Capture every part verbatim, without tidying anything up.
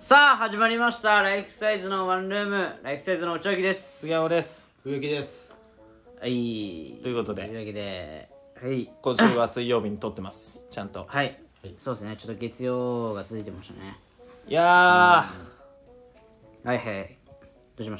さあ始まりましたライフサイズのワンルーム、ライフサイズのおちょうきです。 杉山です。 冬木です。 はいということでというわけではい今週は水曜日に撮ってますちゃんと。 はい、はい、そうですね。ちょっと月曜が続いてましたね。 いやー、 うん、はいはい、どうしました？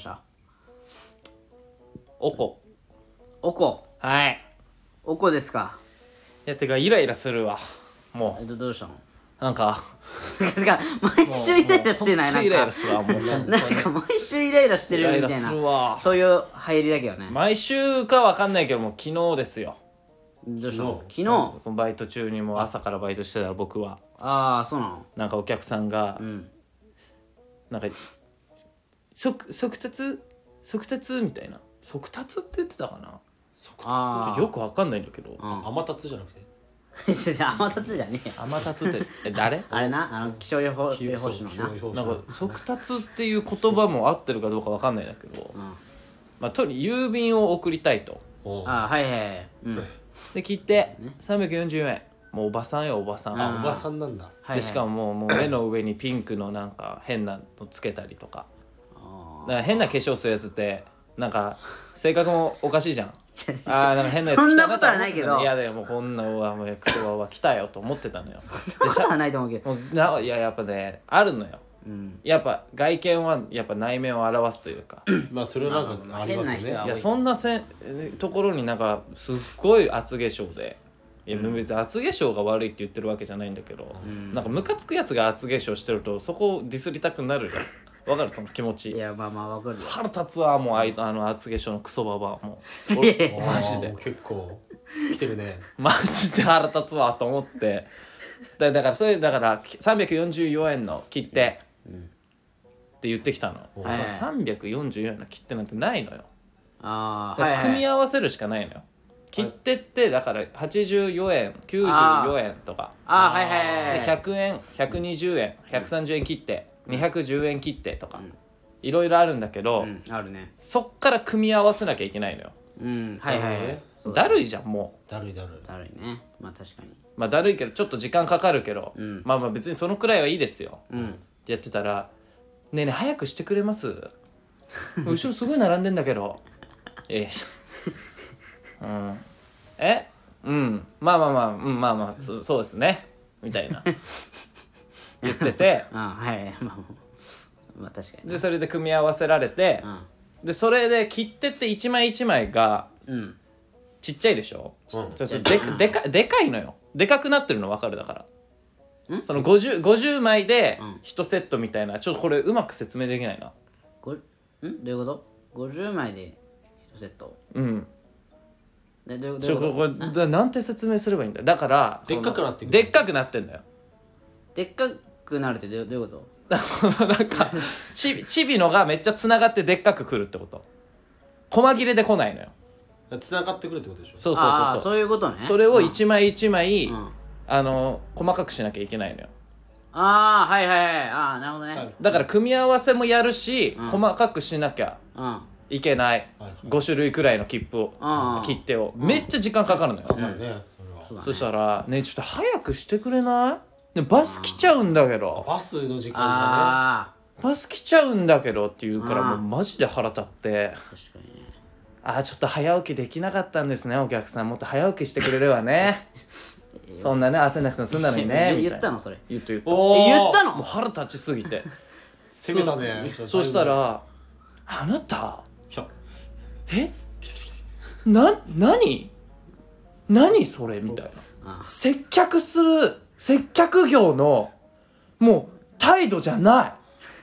おこおこはいおこですか。 いやてかイライラするわ。もえっとどうしたの？ うなんかてか毎週イライラしてない？ ほんとイライラするわもうなんか毎週イライラしてるみたいな、 イライラするわ。 そういう入りだけどね。 毎週かわかんないけどもう昨日ですよ。 どうしたの？昨日このバイト中にもう朝からバイトしてたら僕はああそうなの。 なんかお客さんが、 うん、 なんか速速達速達みたいな、速達って言ってたかな。 速あよくわかんないんだけど、 うん、 天達じゃなくて天達じゃねえよ。 天達ってえ誰？ あれな、あの気象予報予報士のな。 なんか速達っていう言葉も合ってるかどうかわかんないんだけど、 うん、 まあとに郵便を送りたいと。 ああはいはいはい、うん、 で切ってさんびゃくよんじゅうえん。もうおばさんよおばさん。 あ、おばさんなんだ。 はいはい、 でしかももうもう目の上にピンクのなんか変なのつけたりとか、だから変な化粧するやつってなんか性格もおかしいじゃん。ああなんか変なやつ来たなと思ってたの。いやでもこんなうわもうクソババ来たよと思ってたのよ。 そんなことはないと思うけど。 もうないややっぱねあるのよ。うん、やっぱ外見はやっぱ内面を表すというかまあそれはなんかありますよね。 いやそんなせんところになんかすっごい厚化粧で、いや別に厚化粧が悪いって言ってるわけじゃないんだけど、うん、なんかムカつくやつが厚化粧してるとそこをディスりたくなるじゃん。わかるその気持ち。 いやまあまあわかる。 腹立つわもうあいあの厚化粧のクソババアもうマジで結構来てるね。 マジで腹立つわと思ってだ, だからそれだからさんびゃくよんじゅうよえんの切手、うん、って言ってきたの、はいはい、さんびゃくよんじゅうよえんの切手なんてないのよ。 ああ、 はいはい、組み合わせるしかないのよ。切手ってだからはちじゅうよえんきゅうじゅうよえんとかああはいはいはい、 でひゃくえんひゃくにじゅうえんひゃくさんじゅうえん切手にひゃくじゅうえん切手とか、うん、いろいろあるんだけど、うん、 あるね、 そっから組み合わせなきゃいけないのよ。 うんはいはいはい、 だるいじゃんもう。だるいだるいだるいね。まあ確かにまあだるいけどちょっと時間かかるけど、うん、まあまあ別にそのくらいはいいですよ、うん、ってやってたらねえねえ早くしてくれます後ろすごい並んでんだけどええうんえうんまあまあまあうんまあまあそそうですねみたいな言っててあはいまあまあ確かにでそれで組み合わせられて、うん、でそれで切手って一枚一枚が、うん、ちっちゃいでしょ、うん、で, で, で, かでかいのよ。でかくなってるの分かるだからその 50, ごじゅうまいでいちセットみたいな。ちょっとこれうまく説明できないな。 ごんどういうこと？ごじゅうまいでいちセット。うんでどういうこと？ちょこれだなんて説明すればいいんだ。だからでっかくなってる。 でっかくなってんだよ。 でっかくなるってどういうこと？ なんかちちびのがめっちゃつながってでっかくくるってこと。細切れで来ないのよ。 つながってくるってことでしょ。 そうそうそうそう。 そういうことね。 それを一枚一枚、うん、あの細かくしなきゃいけないのよ。 ああはいはいはい。ああなるほどね、はい、 だから組み合わせもやるし、うん、細かくしなきゃいけない、うん、ご種類くらいの切符を、うん、切手を、うん、めっちゃ時間かかるのよ、うんうんね、そ, そしたらねちょっと早くしてくれない？ねバス来ちゃうんだけど。 バスの時間がねバス来ちゃうんだけどって言うからもうマジで腹立って。確かにね。あちょっと早起きできなかったんですねお客さん。もっと早起きしてくれればねそんなね焦んなくても済んだのにねみたいな。 言ったのそれ。 言った言った。 言ったの？ もう腹立ちすぎて攻めたね。 そしたらあなたえな何何それみたいな。接客する接客業のもう態度じゃない。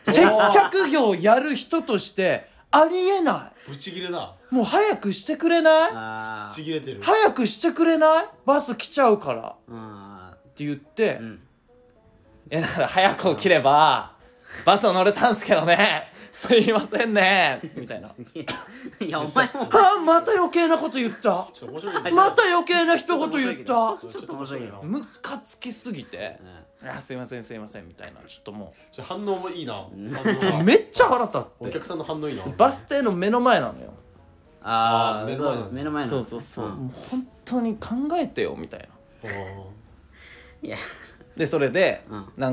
接客業やる人としてありえない。 ブチギレだ。 もう早くしてくれない？ ブチギレてる。 早くしてくれない？バス来ちゃうからって言って、うん、いやだから早く起きればバスを乗れたんすけどねすいませんねみたいな。 いやお前もあまた余計なこと言ったまた余計な一言言った。ちょっと面白いよ。 ムカつきすぎて、うん、あすいませんすいませんみたいな。ちょっともう反応もいいな。 めっちゃ腹立って。 お客さんの反応いいな。 バス停の目の前なのよ。 ああ目の前なの。目の前なの。そうそうそう、うん、もう本当に考えてよみたいな。いやでそれで、うん、なんか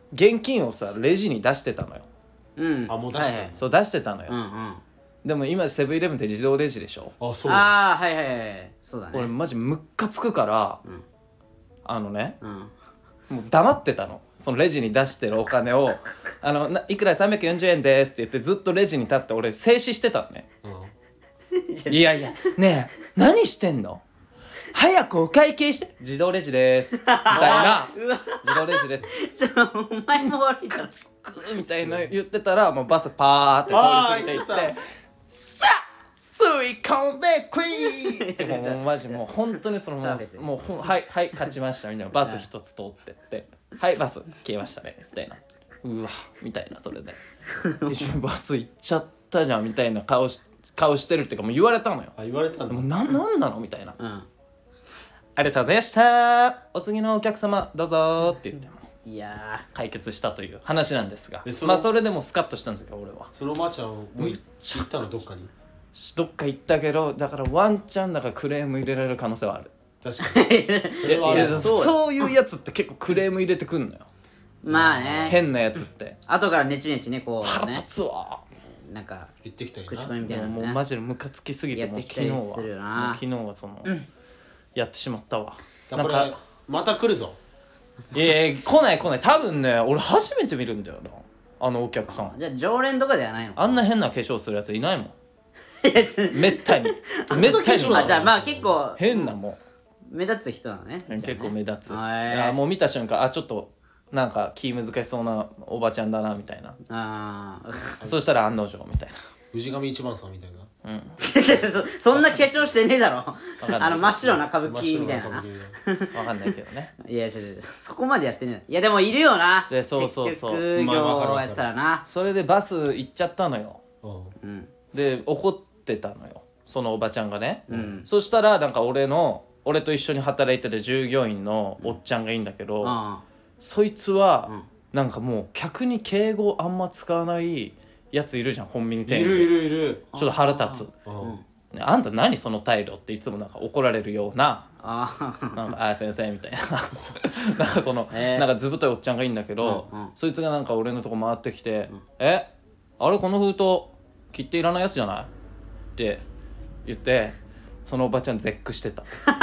現金をさレジに出してたのよ。 うんあもう出したのはいはいそう出してたのよ、 うんうんでも今セブンイレブンって自動レジでしょ。 あそうああはいはいはいそうだね俺マジムッカつくから、 んあのねうんもう黙ってたの。そのレジに出してるお金をあのないくらさんびゃくよんじゅうえんですって言ってずっとレジに立って俺静止してたのね。 うんいやいやねえ何してんの早くお会計して自動レジですみたいなうわ自動レジですちょお前も悪いからつくみたいな言ってたらもうバスパーって通り過ぎていってあー行っちゃっさあ吸い込んでクイーンってもうもうマジもう本当にそのもさあ別にうもうほんはいはい勝ちましたみたいなバス一つ通ってってはいバス消えましたねみたいなうわみたいなそれで一緒にバス行っちゃったじゃんみたいな顔し顔してるっていうかもう言われたのよ。 あ言われたんだもうななんなのみたいなうんありがとうございましたお次のお客様どうぞって言ってもいや解決したという話なんですがえそのまあそれでもうスカッとしたんですけど俺はそのおばあちゃんもう行ったのどっかにどっか行ったけどだからワンチャンだからクレーム入れられる可能性はある。 確かにそれはあいやるそうそういうやつって結構クレーム入れてくんのよまあね変なやつって後からネチネチねこう腹ね立つわなんか行ってきたよ口コなミみたいなのねもうマジでムカつきすぎてやっもうてきたり昨日はもうするよな昨日はそのやってしまったわだこれなんかまた来るぞいやいや来ない来ない多分ね俺初めて見るんだよなあのお客さんじゃあ常連とかではないのあんな変な化粧するやついないもんいやつめったにめったにあじゃあまあ結構変なも目立つ人なのねん結構目立つ、 はいいやもう見た瞬間あちょっとなんか気難しそうなおばちゃんだなみたいなああそしたら案の定みたい藤上一番さんみたいなそそんな化粧してねえだろかんないあの真っ白な歌舞真っ伎白な歌みたいな舞伎なわかんないけどねいや違う違うそこまでやってねえいやでもいるよなでそうそうそう接客まあわかるわかる業やってたらなそれでバス行っちゃったのようんうんで怒ってたのよそのおばちゃんがね、 うんそしたらなんか俺の俺と一緒に働いてる従業員のおっちゃんがいいんだけど、 あそいつは、 うんなんかもう客に敬語あんま使わないやついるじゃんコンビニ店員でいるいるいるちょっと腹立つうんねあんた何その態度っていつもなんか怒られるようなああなんかあー先生みたいななんかその、 えーなんかずぶといおっちゃんがいいんだけど、 うんうんそいつがなんか俺のとこ回ってきて「えあれこの封筒切っていらないやつじゃない?」って言ってそのおばちゃん絶句してた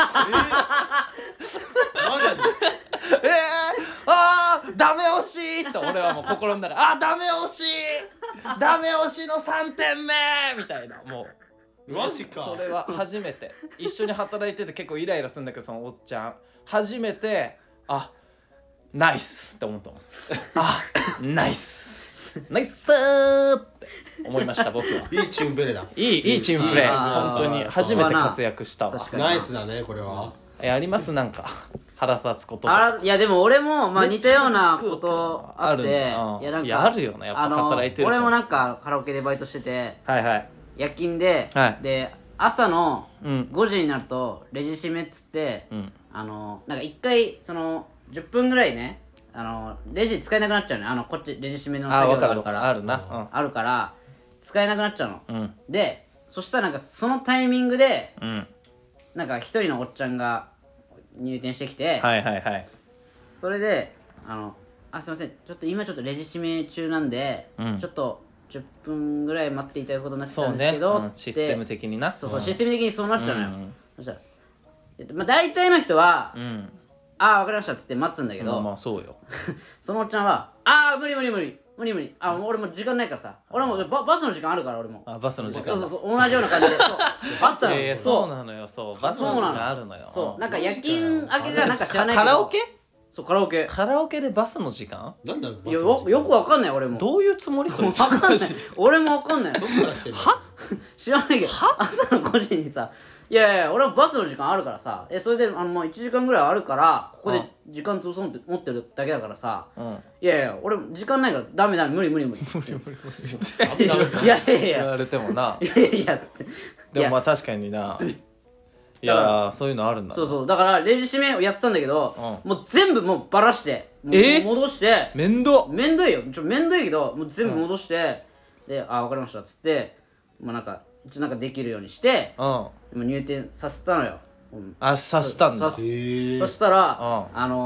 マジでえー、あーダメ押しって俺はもう心の中あーダメ押しダメ押しのさんてんめみたいなもうマジかそれは初めて一緒に働いてて結構イライラするんだけどそのおっちゃん初めてあナイスって思ったもんあナイスナイスーって思いました僕はいいチームプレーだいいいいチームプレーあー本当に初めて活躍したわ確かにナイスだねこれはえありますなんか腹立つこととかあらいやでも俺もまあ似たようなこめっちゃとあってあるんだいやなんかいやあるよねやっぱあの働いてると俺もなんかカラオケでバイトしててはいはい夜勤で、 はいで朝のうんごじになるとレジ締めっつって、 うんあのなんか一回そのじゅっぷんぐらいねあのレジ使えなくなっちゃうねあのこっちレジ締めの作業あー分かる分かるがあるからあるなあるから使えなくなっちゃうの、 うんうんでそしたらなんかそのタイミングでうんなんか一人のおっちゃんが入店してきて、 はいはいはいそれであのあすいませんちょっと今ちょっとレジ締め中なんで、 うんちょっとじゅっぷんぐらい待っていただくことになっちゃそうねうんですけど、 うんシステム的になそうそう、システム的にそうなっちゃうのよ、 うんそしたら、えっとまあ、大体の人は、 うんああ分かりましたっつって待つんだけど、 まあまあそうよそのおっちゃんはああ無理無理無理無理無理あもう俺もう時間ないからさ俺もババスの時間あるから俺もあバスの時間そうそうそう同じような感じでそうバスなのいやいやそうなのよそうバスの時間あるのよそうなんか夜勤明けがなんか知らないけどカラオケそうカラオケカラオケでバスの時間なんだいやよよくわかんない俺もどういうつもりそれわかんない俺もわかんないどっから来てんの知らないけど朝のごじにさいやいや俺はバスの時間あるからさえそれであのもういちじかんぐらいあるからここで時間潰そうって思ってるだけだからさうんいやいや俺時間ないからダメダメ無理無理無理ダメダメいやいやいや言われてもないやいやいやつってでもまいあ確かにないだからやーそういうのあるんだそうそうだからレジ締めをやってたんだけど、 うもう全部もうバラしてもうえ戻して面倒めんどいよちょめんどいけどもう全部戻して、であ分かりましたっつってまあなんか一応なんかできるようにしてうんもう入店させたのよ、うんあ刺したんださへえそしたらうあの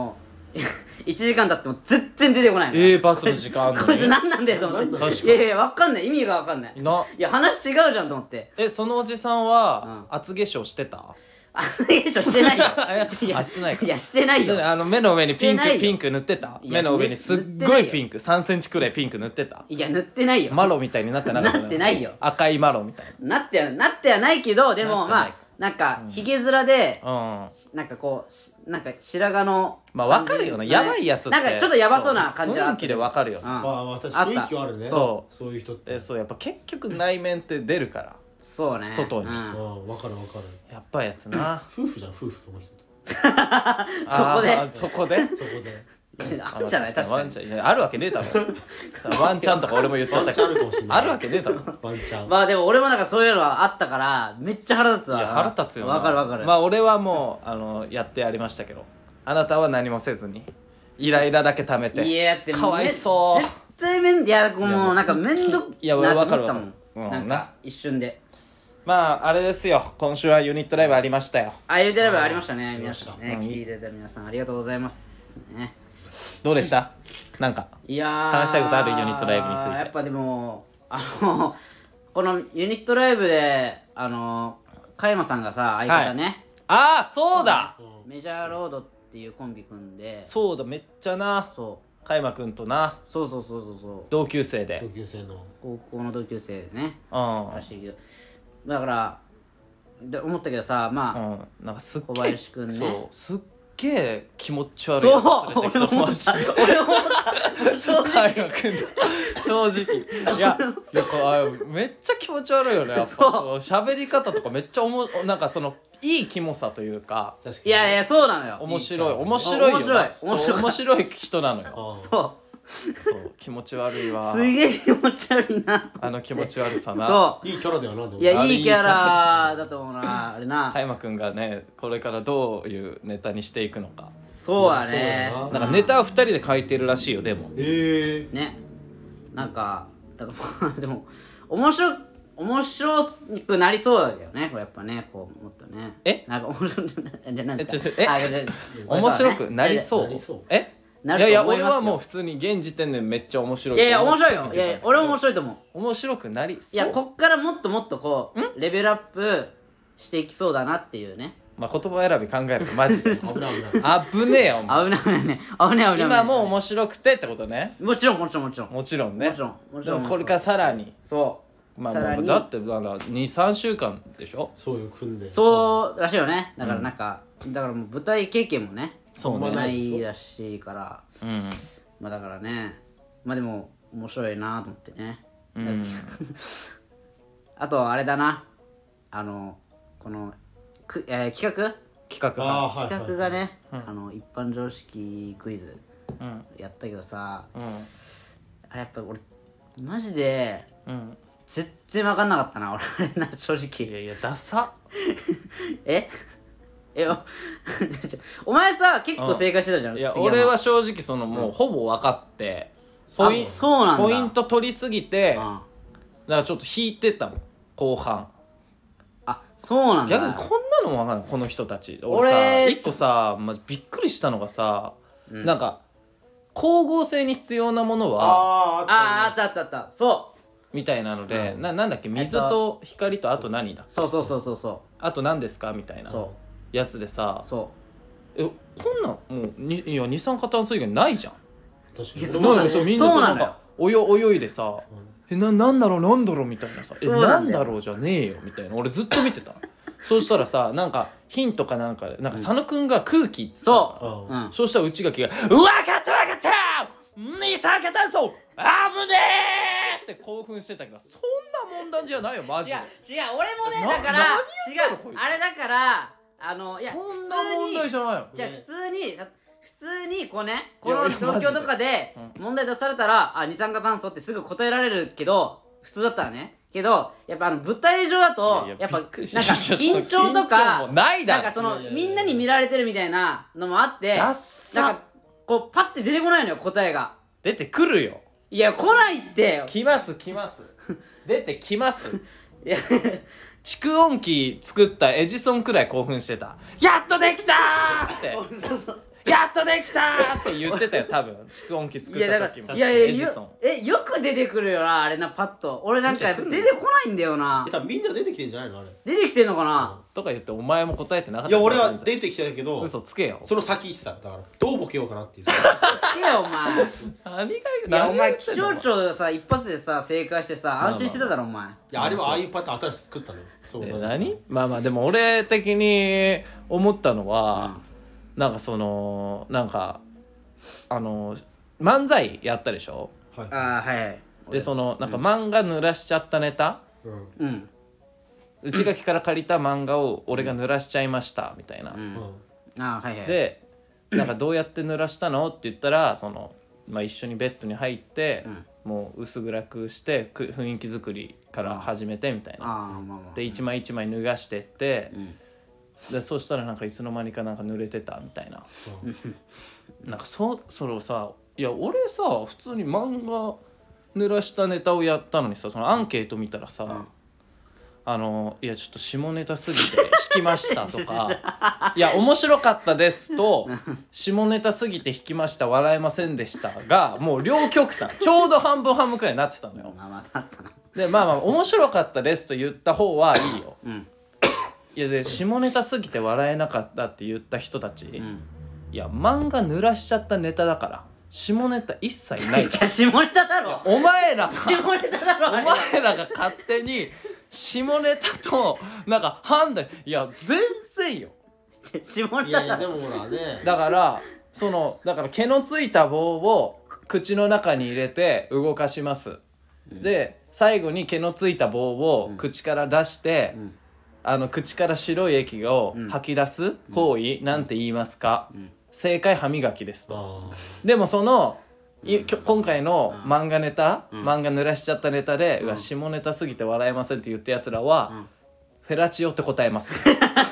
いちじかん経っても全然出てこないのえー、バスの時間あんのこいつに何なんだよと思って確かにいやいやわかんない意味がわかんないないや話違うじゃんと思ってえそのおじさんは厚化粧してたあいやしてないよいやあしてないかいやしてないよあの目の上にピンしてないよクピンク塗ってたいや目の上にすっごいピンクさんセンチくらいピンク塗ってたいや塗ってないよマロみたいになってなかったなってないよ赤いマロみたいなってはなってはないけどでもまなってないかあなんかひげ面でなうんなんかこうしなんか白髪のまあ分かるよなやばいやつってなんかちょっとやばそうな感じはあった雰囲気で分かるようんまあまあ確かに雰囲気はあるねそうそういう人ってでそうやっぱ結局内面って出るからそうね外にうんうん分かる分かるやっぱやつな夫婦じゃん夫婦その人とそこであーそこでそこであるんじゃない確かにワンチャンいやあるわけねえだろさワンチャンとか俺も言っちゃワンチャンあったけどるかもしれないあるわけねえだろワンチャンまあでも俺もなんかそういうのはあったからめっちゃ腹立つわいや腹立つよなわかるわかるまあ俺はもうあのやってやりましたけどあなたは何もせずにイライラだけ溜めていやだってかわいそう絶対めんいやもうなんかめんどいやなわかると思ったもわかるうんんなんか一瞬でまああれですよ今週はユニットライブありましたよあゆうテレビありましたね皆ありましたさんねうん聞いてた皆さんありがとうございますねどうでしたなんかいやー話したいことあるユニットライブについてやっぱでもあのこのユニットライブであの加山さんがさ相方ね、 ああそうだメジャーロードっていうコンビ組んでそうだめっちゃなそう加山くんとなそうそうそうそうそう同級生で同級生の高校の同級生でねうんらしいけどだからで思ったけどさまあ、 うんなんかすっ小げえ林くんねそうすっげえ気持ち悪いそうやつ連れてきた俺も思っマジでた俺も思った正加直山くんと正直いやいやこうめっちゃ気持ち悪いよねやっぱそうそう喋り方とかめっちゃおもなんかそのいいキモさというか確かにいやいやそうなのよ面白いいい面白いよな面白い面白いそう面白い人なのよあそそう気持ち悪いうわすげえ気持ち悪いなあの気持ち悪さなそいいキャラだよなでもういやあれいいキャラだと思うなあれな加山くんがねこれからどういうネタにしていくのかそうだねそうだよなんかネタをふたりで書いてるらしいよでもええねなんかだからでも面白面白くなりそうだけどねこれやっぱねこうもっとねえなんか面白いじゃなんですかえちょちょえあじゃあ面白くなりそうなりそうえないるとやいや思いますよ俺はもう普通に現時点でめっちゃ面白いいやいや面白いよと思っていやいや俺も面白いと思う面白くなりそういやこっからもっともっとこうレベルアップしていきそうだなっていうねまあ言葉選び考えるとマジで危ない危ない危ねえよお前危ない危ないね危ない危ない危ない今もう面白くてってことねもちろんもちろんもちろんもちろんねもちろんもちろんでもこれからさらにそうまあさらにまあだってだからにさんしゅうかんでしょそういう組んでそうらしいよねだからなんか、だからもう舞台経験もねそうねないらしいからうんまあだからねまあでも面白いなと思ってねうんあとあれだなあのこのく、えー企画企画がああはいはい企画がね、あの一般常識クイズうんやったけどさうんあれやっぱ俺マジでうん全然分かんなかったな俺あれな正い直やいやダサええおお前さ結構正解してたじゃんいや杉山俺は正直そのもうほぼ分かってあポインそうなんだポイント取りすぎてだかうんらちょっと引いてたもん後半あそうなんだ逆にこんなのも分かんないこの人たち俺さ俺一個さ、まびっくりしたのがさ、なんか光合成に必要なものはあーあーああっったあったあったそうみたいなので、ななんだっけ水と光とあと何だそうそうそうそうそあと何ですかみたいうなそやつでさうそえこんなんもうにいや二酸化炭素以外ないじゃんた確かにいやそうなんでそうみんなそうなのよさなんか泳泳いでさ、えななんだろうなんだろうみたいなさえそうななんだよんだろうじゃねえよみたいな俺ずっと見てたそうしたらさなんかヒントかなんかでなんか佐野くんが空気っつったのそうんううんそうしたら内垣が「うわかったわかった二酸化炭素あぶねえ!」って興奮してたけどそんな問題じゃないよマジ違でう違う俺もねなだから何違やってんのこいうつあれだからあのいやそんな問題じゃないよじゃあ普通にた普通にこうねこのいやいや状況とかでマジで問題出されたらあ二酸化炭素ってすぐ答えられるけど普通だったらねけどやっぱあの舞台上だといやいややっぱびっくりしなんかた緊張と緊張かもないだろなんかそのいやいやいやみんなに見られてるみたいなのもあってダッサなんかこうパッて出てこないのよ答えが出てくるよいや来ないって来ます来ます出てきますいや違蓄音機作ったエジソンくらい興奮してた。やっとできたーってやっとできたーって言ってたよ多分蓄音機作った時も。 いやいやエジソンえよく出てくるよなあれなパッと。俺なんか出てこないんだよな。 多分みんな出てきてんじゃないのあれ。 出てきてんのかな、 とか言ってお前も答えてなかった。 いや俺は全然出てきてたけど嘘つけよ。 その先言ってた。だからどうボケようかなっていう。 つけよお前何がいやお前気象庁でさ一発でさ正解してさ安心してただろお前。 いやあれはああいうパターン新しく作ったのよ。そうえなんです何まあまあでも俺的に思ったのは、うん、なんかそのなんかあの漫才やったでしょ。 はい、 ああはいでそのなんか漫画濡らしちゃったネタ、 うん、 うん内垣から借りた漫画を俺が濡らしちゃいましたみたいな、 うんうん、 ああはいはいでなんかどうやって濡らしたのって言ったらその、まあ、一緒にベッドに入って、うん、もう薄暗くしてく雰囲気作りから始めてみたいな。 ああまあまあで一枚一枚脱がしてって、 うんでそうしたらなんかいつの間にかなんか濡れてたみたいな、うん、なんかそそれをさいや俺さ普通に漫画濡らしたネタをやったのにさそのアンケート見たらさ、うん、あのいやちょっと下ネタすぎて引きましたとかいや面白かったですと下ネタすぎて引きました笑えませんでしたがもう両極端ちょうど半分半分くらいになってたのよ。 まあまあだったな。 でまあまあ面白かったですと言った方はいいよ、 うんいやで下ネタすぎて笑えなかったって言った人たち、うん、いや漫画濡らしちゃったネタだから下ネタ一切ないじゃ下ネタだろお前らが下ネタだろお前らが勝手に下ネタとなんか判断いや全然よ下ネタだろ。 いやいやでもほらねだからそのだから毛のついた棒を口の中に入れて動かします、うん、で最後に毛のついた棒を口から出して、うんうんあの口から白い液を吐き出す行為、うん、なんて言いますか、うん、正解歯磨きですと。でもそのい今回の漫画ネタ、うん、漫画濡らしちゃったネタで、うん、うわ下ネタすぎて笑えませんって言ったやつらは、うん、フェラチオって答えます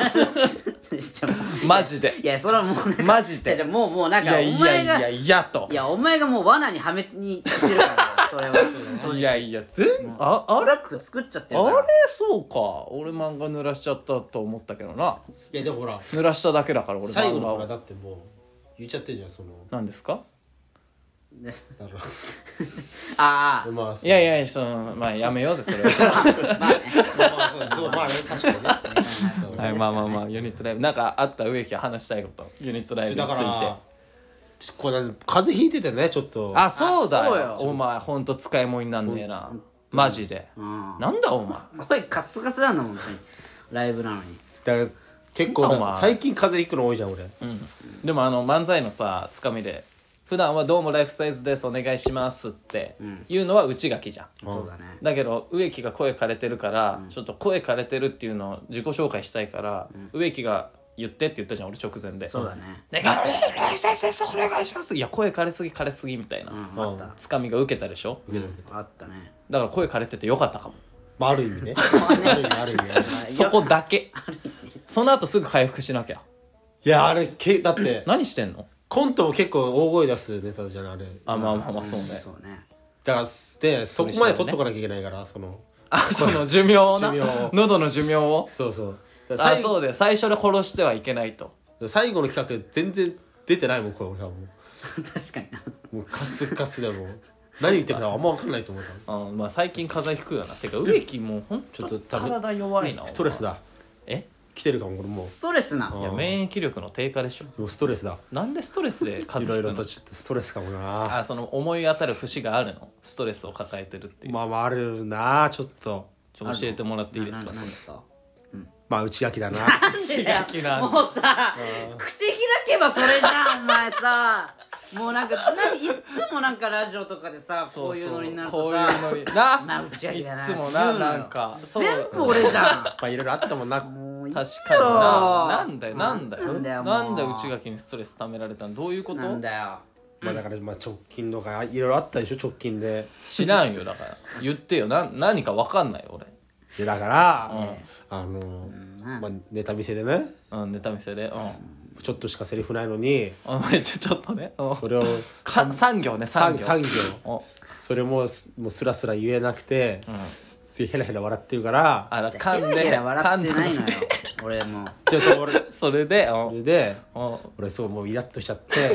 マジでいやそれはもうマジでじゃもうもうなんかいやお前がいやいやいやといやお前がもう罠にはめに行ってるからそれはいやいや全ああれ作っちゃってるからあれそうか俺漫画濡らしちゃったと思ったけどな。 いやでもほら濡らしただけだから俺最後のほらだってもう言っちゃってるじゃんその何ですかだからああ、 まあ、 いやいやそのまあやめようぜそれはまあねまあそうそうまあね確かにねはいまあまあまあユニットライブなんかあった植木は話したいことユニットライブについて。 だからこれ風邪ひいててねちょっとあそうだよそうよお前ほんと使い物になんねえなマジで、うん、なんだお前声カスカスなんだもんライブなのに。 だから結構最近風邪ひくの多いじゃん俺、 うん、でもあの漫才のさつかみで普段はどうもライフサイズですお願いしますっていうのは内垣じゃん、 うん、そうだね。 だけど植木が声枯れてるから、うん、ちょっと声枯れてるっていうのを自己紹介したいから、うん、植木が言ってって言ったじゃん俺直前で。 そうだね。 でライフサイズですお願いしますいや声枯れすぎ枯れすぎみたいな、 うん、 つかみが受けたでしょ、 うん、あったね。 だから声枯れててよかったかも、 まあ、ある意味ねある意味ある意味あるそこだけその後すぐ回復しなきゃ。 いやあれけだって何してんのコントも結構大声出すネタじゃんあれ。 あまあまあまあそうね、うん、 そうね。 だからでそこまで取っとかなきゃいけないからそのあその寿命をな寿命を喉の寿命をそうそうあそうだよ最初で殺してはいけないと。 最後の企画全然出てないもんこれ俺はもう確かになもうカスカスでもう何言ってるかあんま分かんないと思ったあまあ最近風邪ひくよなてか植木もうほんと体弱いなストレスだえ来てるかも俺もうストレスな。 いや免疫力の低下でしょ。 もうストレスだなんでストレスで風邪ひくのいろいろとちょっとストレスかもなあその思い当たる節があるのストレスを抱えてるっていうまあまああるなちょっとちょ教えてもらっていいですか。 何ですか。 まあ内垣だななんでだよもうさ口開けばそれじゃんお前さもうなんか何いつもなんかラジオとかでさこういうのになるとさこういうのになまあ内垣だないつもななんか全部俺じゃんまあいろいろあったもんなもういいよ確かにななんだよなんだよなんだよなんで内垣にストレス溜められたのどういうことなんだよまあだからまあ直近とかいろいろあったでしょ直近で知らんよだから言ってよな何か分かんないよ俺いやだから、 うん、 あのーまあ、ネタ見せでね、 うん、ネタ見せで、うん、 ちょっとしかセリフないのにめっちゃちょっとね、うん、 それをさん行ねさん行さん行それももうスラスラ言えなくて、うん、 ついヘラヘラ笑ってるからあらヘ噛んでラヘラ笑ってないのよ噛んだ俺もうじゃあそう俺それでそれでお俺そうもうイラッとしちゃって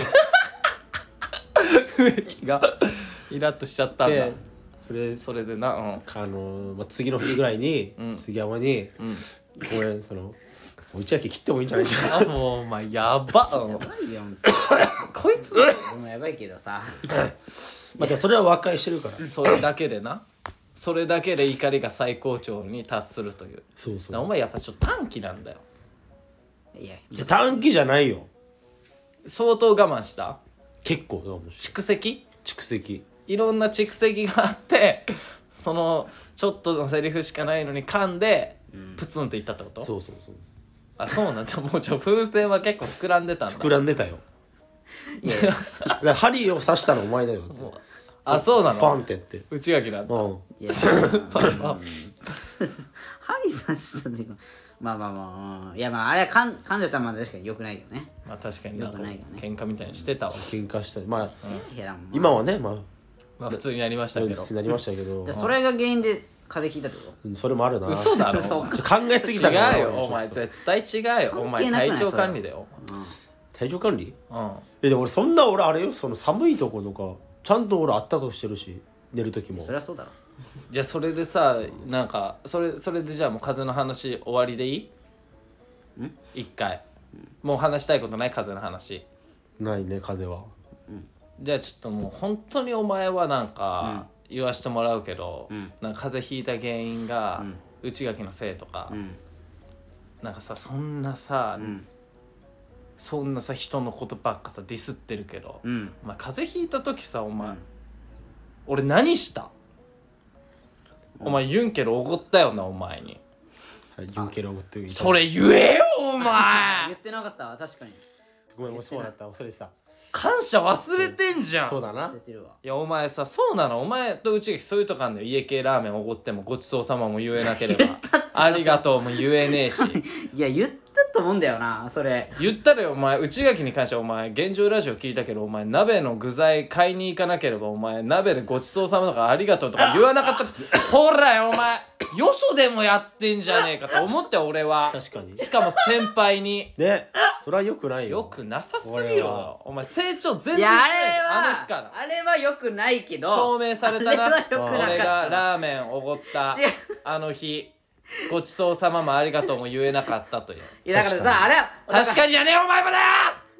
植木がイラッとしちゃったんだでそれそれでなうんあのーまあ、次の日ぐらいに、 うん杉山にうん 「ごめんその内訳切ってもいいんじゃないかあもうお前やばうんやばいよこいつ俺もやばいけどさまあでもそれは和解してるからそれだけでなそれだけで怒りが最高潮に達するというそうそうお前やっぱちょっと短期なんだよいやいや短期じゃないよ相当我慢した結構面白い蓄積蓄積いろんな蓄積があってそのちょっとのセリフしかないのに噛んでプツンっていったってこと、 そうそうそうあそうなんじゃもうちょ風船は結構膨らんでたんだ膨らんでたよだから針を刺したのお前だよってあそうなパンのってやって内垣なんだうんいや針刺したっていうかまあまあまあいやまああれは噛ん噛んでたまで確かに良くないよねまあ確かになよくないよね喧嘩みたいにしてたわ喧嘩したまあヘラも今はねまあまあ普通になりましたけどなりましたけどでそれが原因で風邪ひいたってこうんそれもあるな嘘だろ嘘お前考えすぎたから違うよお前絶対違うよお前関係なくない体調管理だよと、うん体調管理うんえでも俺そんな俺あれよその寒いところかちゃんと俺あったかくしてるし寝る時もそりゃそうだろじゃあそれでさなんかそれそれでじゃあもう風の話終わりでいい一回もう話したいことない風の話ないね風はじゃあちょっともう本当にお前はなんか言わしてもらうけど、 うんなんか風邪ひいた原因が内垣のせいとか、 うんなんかさそんなさ、 うんそんなさ人のことばっかさディスってるけど、 うんお前風邪ひいた時さお前、 うん俺何した、お前ユンケルおごったよなお前にはいユンケルを持ってそれ言えよお言前ってなかったわ確かにごめんもうそうだった忘れてた感謝忘れてんじゃんそうだな忘れてるわいやお前さそうなのお前と内垣そういうとこあんのよ家系ラーメンおごってもごちそうさまも言えなければありがとうも言えねえしいや言ったと思うんだよなそれ言ったらよお前内垣に関してはお前現状ラジオ聞いたけどお前鍋の具材買いに行かなければお前鍋でごちそうさまとかありがとうとか言わなかったしほらよお前よそでもやってんじゃねえかと思って俺は確かにしかも先輩にねそれはよくないよよくなさすぎろよお前成長全然しいやあれないじゃんあのは日からあれはよくないけど証明されたなあれは良くなかった俺がラーメンおごった違うあの日ごちそうさまもありがとうも言えなかったといういやだからさあれは確かにじゃねえお前もだよ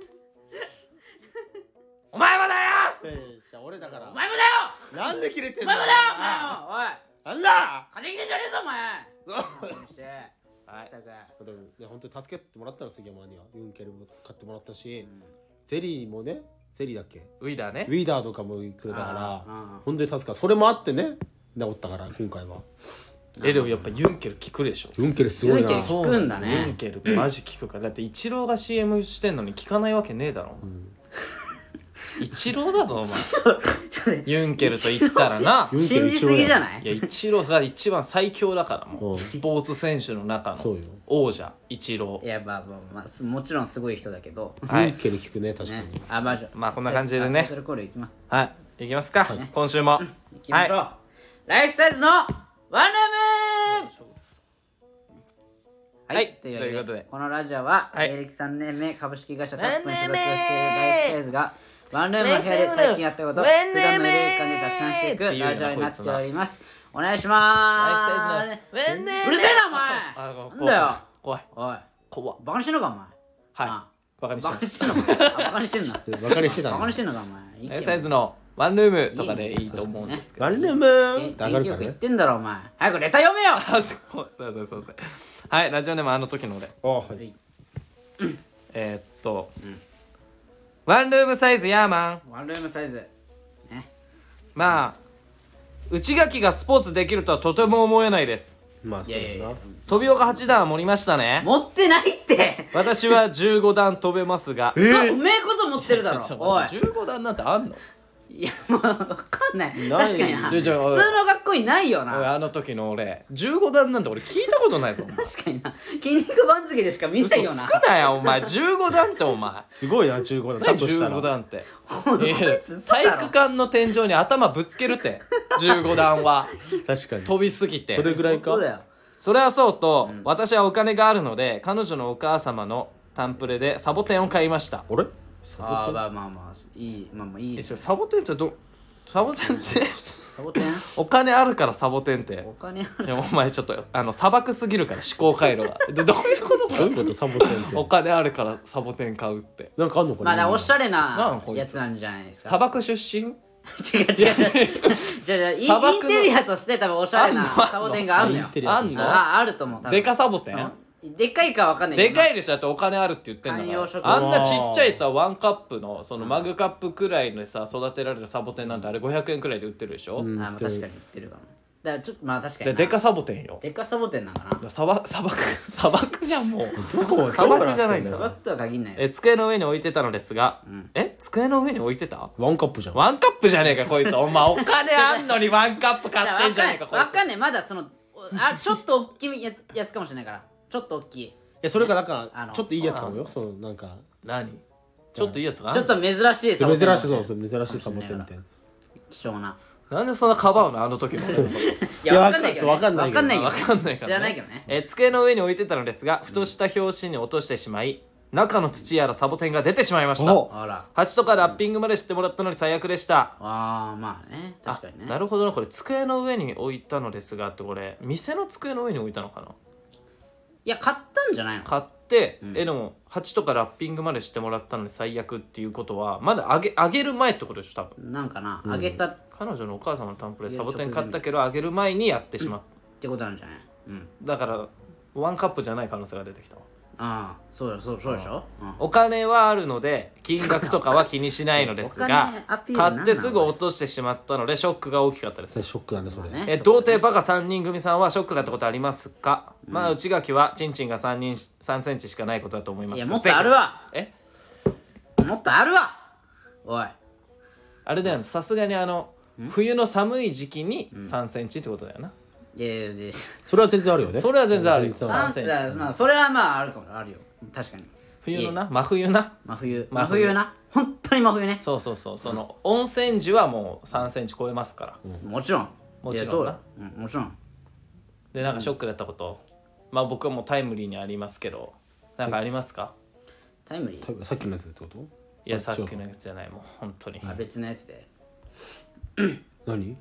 お前もだよえーじゃあ俺だからお前もだよなんで切れてんのお前もだよお前もおいなんだ風邪ひいてんじゃねえぞお前してはい全くでもね本当に助けてもらったの杉山にはユンケルも買ってもらったし、ゼリーもねゼリーだっけウィダーねウィーダーとかもくれたかあらー本当に助かるそれもあってね治ったから今回はえでもやっぱユンケル聞くでしょユンケルすごいなユンケル聞くんだねユンケルマジ聞くからだってイチローが シーエム してんのに聞かないわけねえだろ、イチローだぞお前ちょっとねユンケルと言ったらなユンケル信じすぎじゃいないいやイチローが一番最強だからもううんスポーツ選手の中のそうよ王者イチロいやまあまあまあすもちろんすごい人だけどはいユンケル聞くね確かねにあまあじゃまあこんな感じでねタイトルコールいきますはいいきますか、今週もいきましょう、 はライフサイズのワンルームはい、 はいというわけでということでこのラジオは、 はい芸歴さんねんめ株式会社タップに所属しているライフサイズがワンルームの部屋で最近やったこと普段の家で感で雑談していくラジオになっておりますお願いしまーすライフサイズのうるせえなお前あなんだよ怖いおい怖いバカにしてんのかお前はいバカにしてバカますにしてんのかあバカにしてんなバカにしてたバカのにしてんのかお前いいけどライフサイズのワンルームとかでいいと思うんですけどワンルームえって上がるからね元気よく言ってんだろお前早くレター読めよあそうそうそうそうそうはいラジオネームあの時の俺あはいえー、っと、ワンルームサイズヤーマンワンルームサイズねまあ内垣がスポーツできるとはとても思えないですまあそうだないやいやいや飛び岡はち段盛りましたね持ってないって私はじゅうご段飛べますがそうおめえこそ持ってるだろちょちょおいじゅうご段なんてあんのいいやもう分かんないない確かになちょちょ普通の学校にないよおいなあの時の俺じゅうごだんなんて俺聞いたことないぞお前確かにな筋肉番付でしか見ないよな嘘つくなよお前じゅうごだんってお前すごいなじゅうごだんだ何15 としたら段ってこいいやつ嘘だろ体育館の天井に頭ぶつけるってじゅうごだんは確かに飛びすぎてそれぐらいかそうだよそれはそうと、私はお金があるので彼女のお母様のタンプレでサボテンを買いましたあれサボテンあーまあまあまあいいまあまあいいえそれサボテンってどサボテンってサボテンお金あるからサボテンってお金あるいやお前ちょっとあの砂漠すぎるから思考回路がでどういうことどういうことサボテンってお金あるからサボテン買うってなんかあんのかなまあだからおしゃれなんなこいつやつなんじゃないですか砂漠出身違う違う違う違う違うイン砂漠のインテリアとして多分おしゃれなあんのサボテンがあるのよインテリアあんのああると思う多分デカサボテンそのでっかいかわかんないけどでかいでしょだってお金あるって言ってんだか観葉植物らあんなちっちゃいさワンカップのそのマグカップくらいでさ育てられたサボテンなんてあれごひゃくえんくらいで売ってるでしょ、 うんあまあ確かに言ってるかもだからちょっとまあ確かになでデカサボテンよでかサボテンなんかな砂漠砂漠砂漠じゃんもうどこ砂漠じゃないんだよ砂漠とは限んないよえ机の上に置いてたのですが、え机の上に置いてたワンカップじゃんワンカップじゃねえかこいつお前お金あんのにワンカップ買ってんじゃねえかこいつわかんないまだそのあちょっと大きいややつかもしれないからちょっと大きいえそれがだかあのらちょっといいやつかもよそのなんか何ちょっといいやつがちょっと珍しいサボテン珍しいそうそう珍しいサボテンみたいな希少ななんでそんなかばうのあの時のいやわかんないけどねわかんないけどわかんないけどわかんないから、ね、 知らないけどねえ机の上に置いてたのですがふとした拍子に落としてしまい中の土やらサボテンが出てしまいましたおあら鉢とかラッピングまでしてもらったのに最悪でしたあーまあね確かにねあなるほどなこれ机の上に置いたのですがってこれ店の机の上に置いたのかないや買ったんじゃないの買って、えでも鉢とかラッピングまでしてもらったのに最悪っていうことはまだあげあげる前ってことでしょ多分なんかなあげたっ彼女のお母様のタンプレいやサボテン買ったけどあげる前にやってしまったことなんじゃないうんだからワンカップじゃない可能性が出てきたわああそうだそうそうでしょうんお金はあるので金額とかは気にしないのですおが金アピールなんなん買ってすぐ落としてしまったのでショックが大きかったですショックだねそれねえ童貞バカさんにん組さんはショックだったことありますか、まあ内垣はチンチンがさんにんさんセンチしかないことだと思いますがいやもっとあるわぜひえもっとあるわおいあれだよねさすがにあの冬の寒い時期にさんセンチってことだよな、 いやいやいやそれは全然あるよねそれは全然あるよ全然あるさんセンチだまあそれはまああるかもあるよ確かに冬のな真冬な真冬真冬真冬な本当に真冬ねそうそうそうその温泉時はもうさんセンチ超えますから、 もちろんもちろんないやそうだうんもちろんでなんかショックだったこと、まあ僕はもうタイムリーにありますけどなんかありますかタイムリー多分さっきのやつってこといやさっあ違うきのやつじゃないもう本当にあ別のやつで何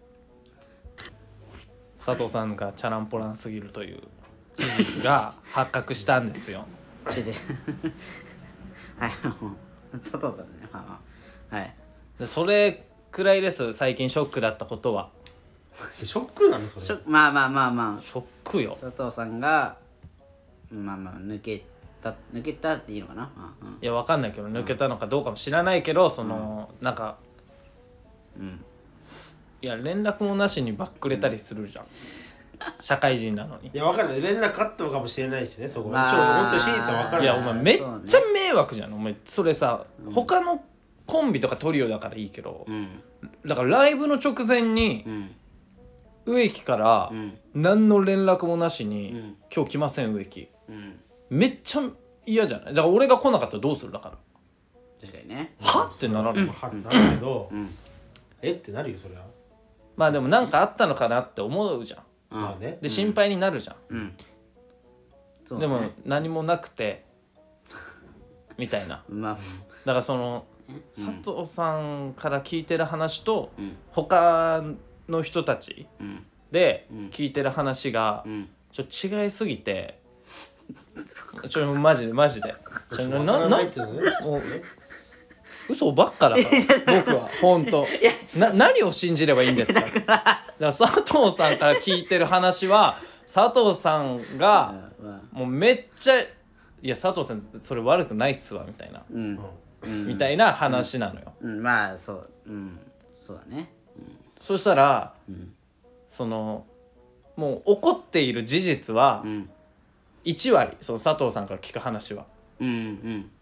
佐藤さんがチャランポランすぎるという事実が発覚したんですよちょちょはいあの佐藤さんねまあまあはいでそれくらいです最近ショックだったことはショックなのそれしょまあまあまあまあショックよ佐藤さんがまあまあ抜けた抜けたっていいのかな、まあうんいやわかんないけど抜けたのかどうかも知らないけどその、なんかうんいや連絡もなしにバックれたりするじゃん社会人なのにいやわかんない連絡あったのかもしれないしねそこまあちょ本当に真実はわかるいやお前めっちゃ迷惑じゃんお前それさ、他のコンビとかトリオだからいいけど、 うんだからライブの直前にうん植木からうん何の連絡もなしに、 うん今日来ません植木うんめっちゃ嫌じゃないだから俺が来なかったらどうするだから確かにねはってならない、 はなるけどんえってなるよそれはまあでもなんかあったのかなって思うじゃんまあねで心配になるじゃん、 うんそうでねも何もなくてみたいなまあだからその佐藤さんから聞いてる話と、 うん他の人たちうんで聞いてる話がうんちょっと違いすぎてちょマジでマジでちょななわからないっていうのねもう嘘ばっかだから僕は本当な何を信じればいいんですかだから佐藤さんから聞いてる話は佐藤さんがまあもうめっちゃいや佐藤さんそれ悪くないっすわみたいな、 うんみたいな話なのよ、 うんまあそううんそうだねそしたら、そのもう怒っている事実はうんいち割その佐藤さんから聞く話はうんうん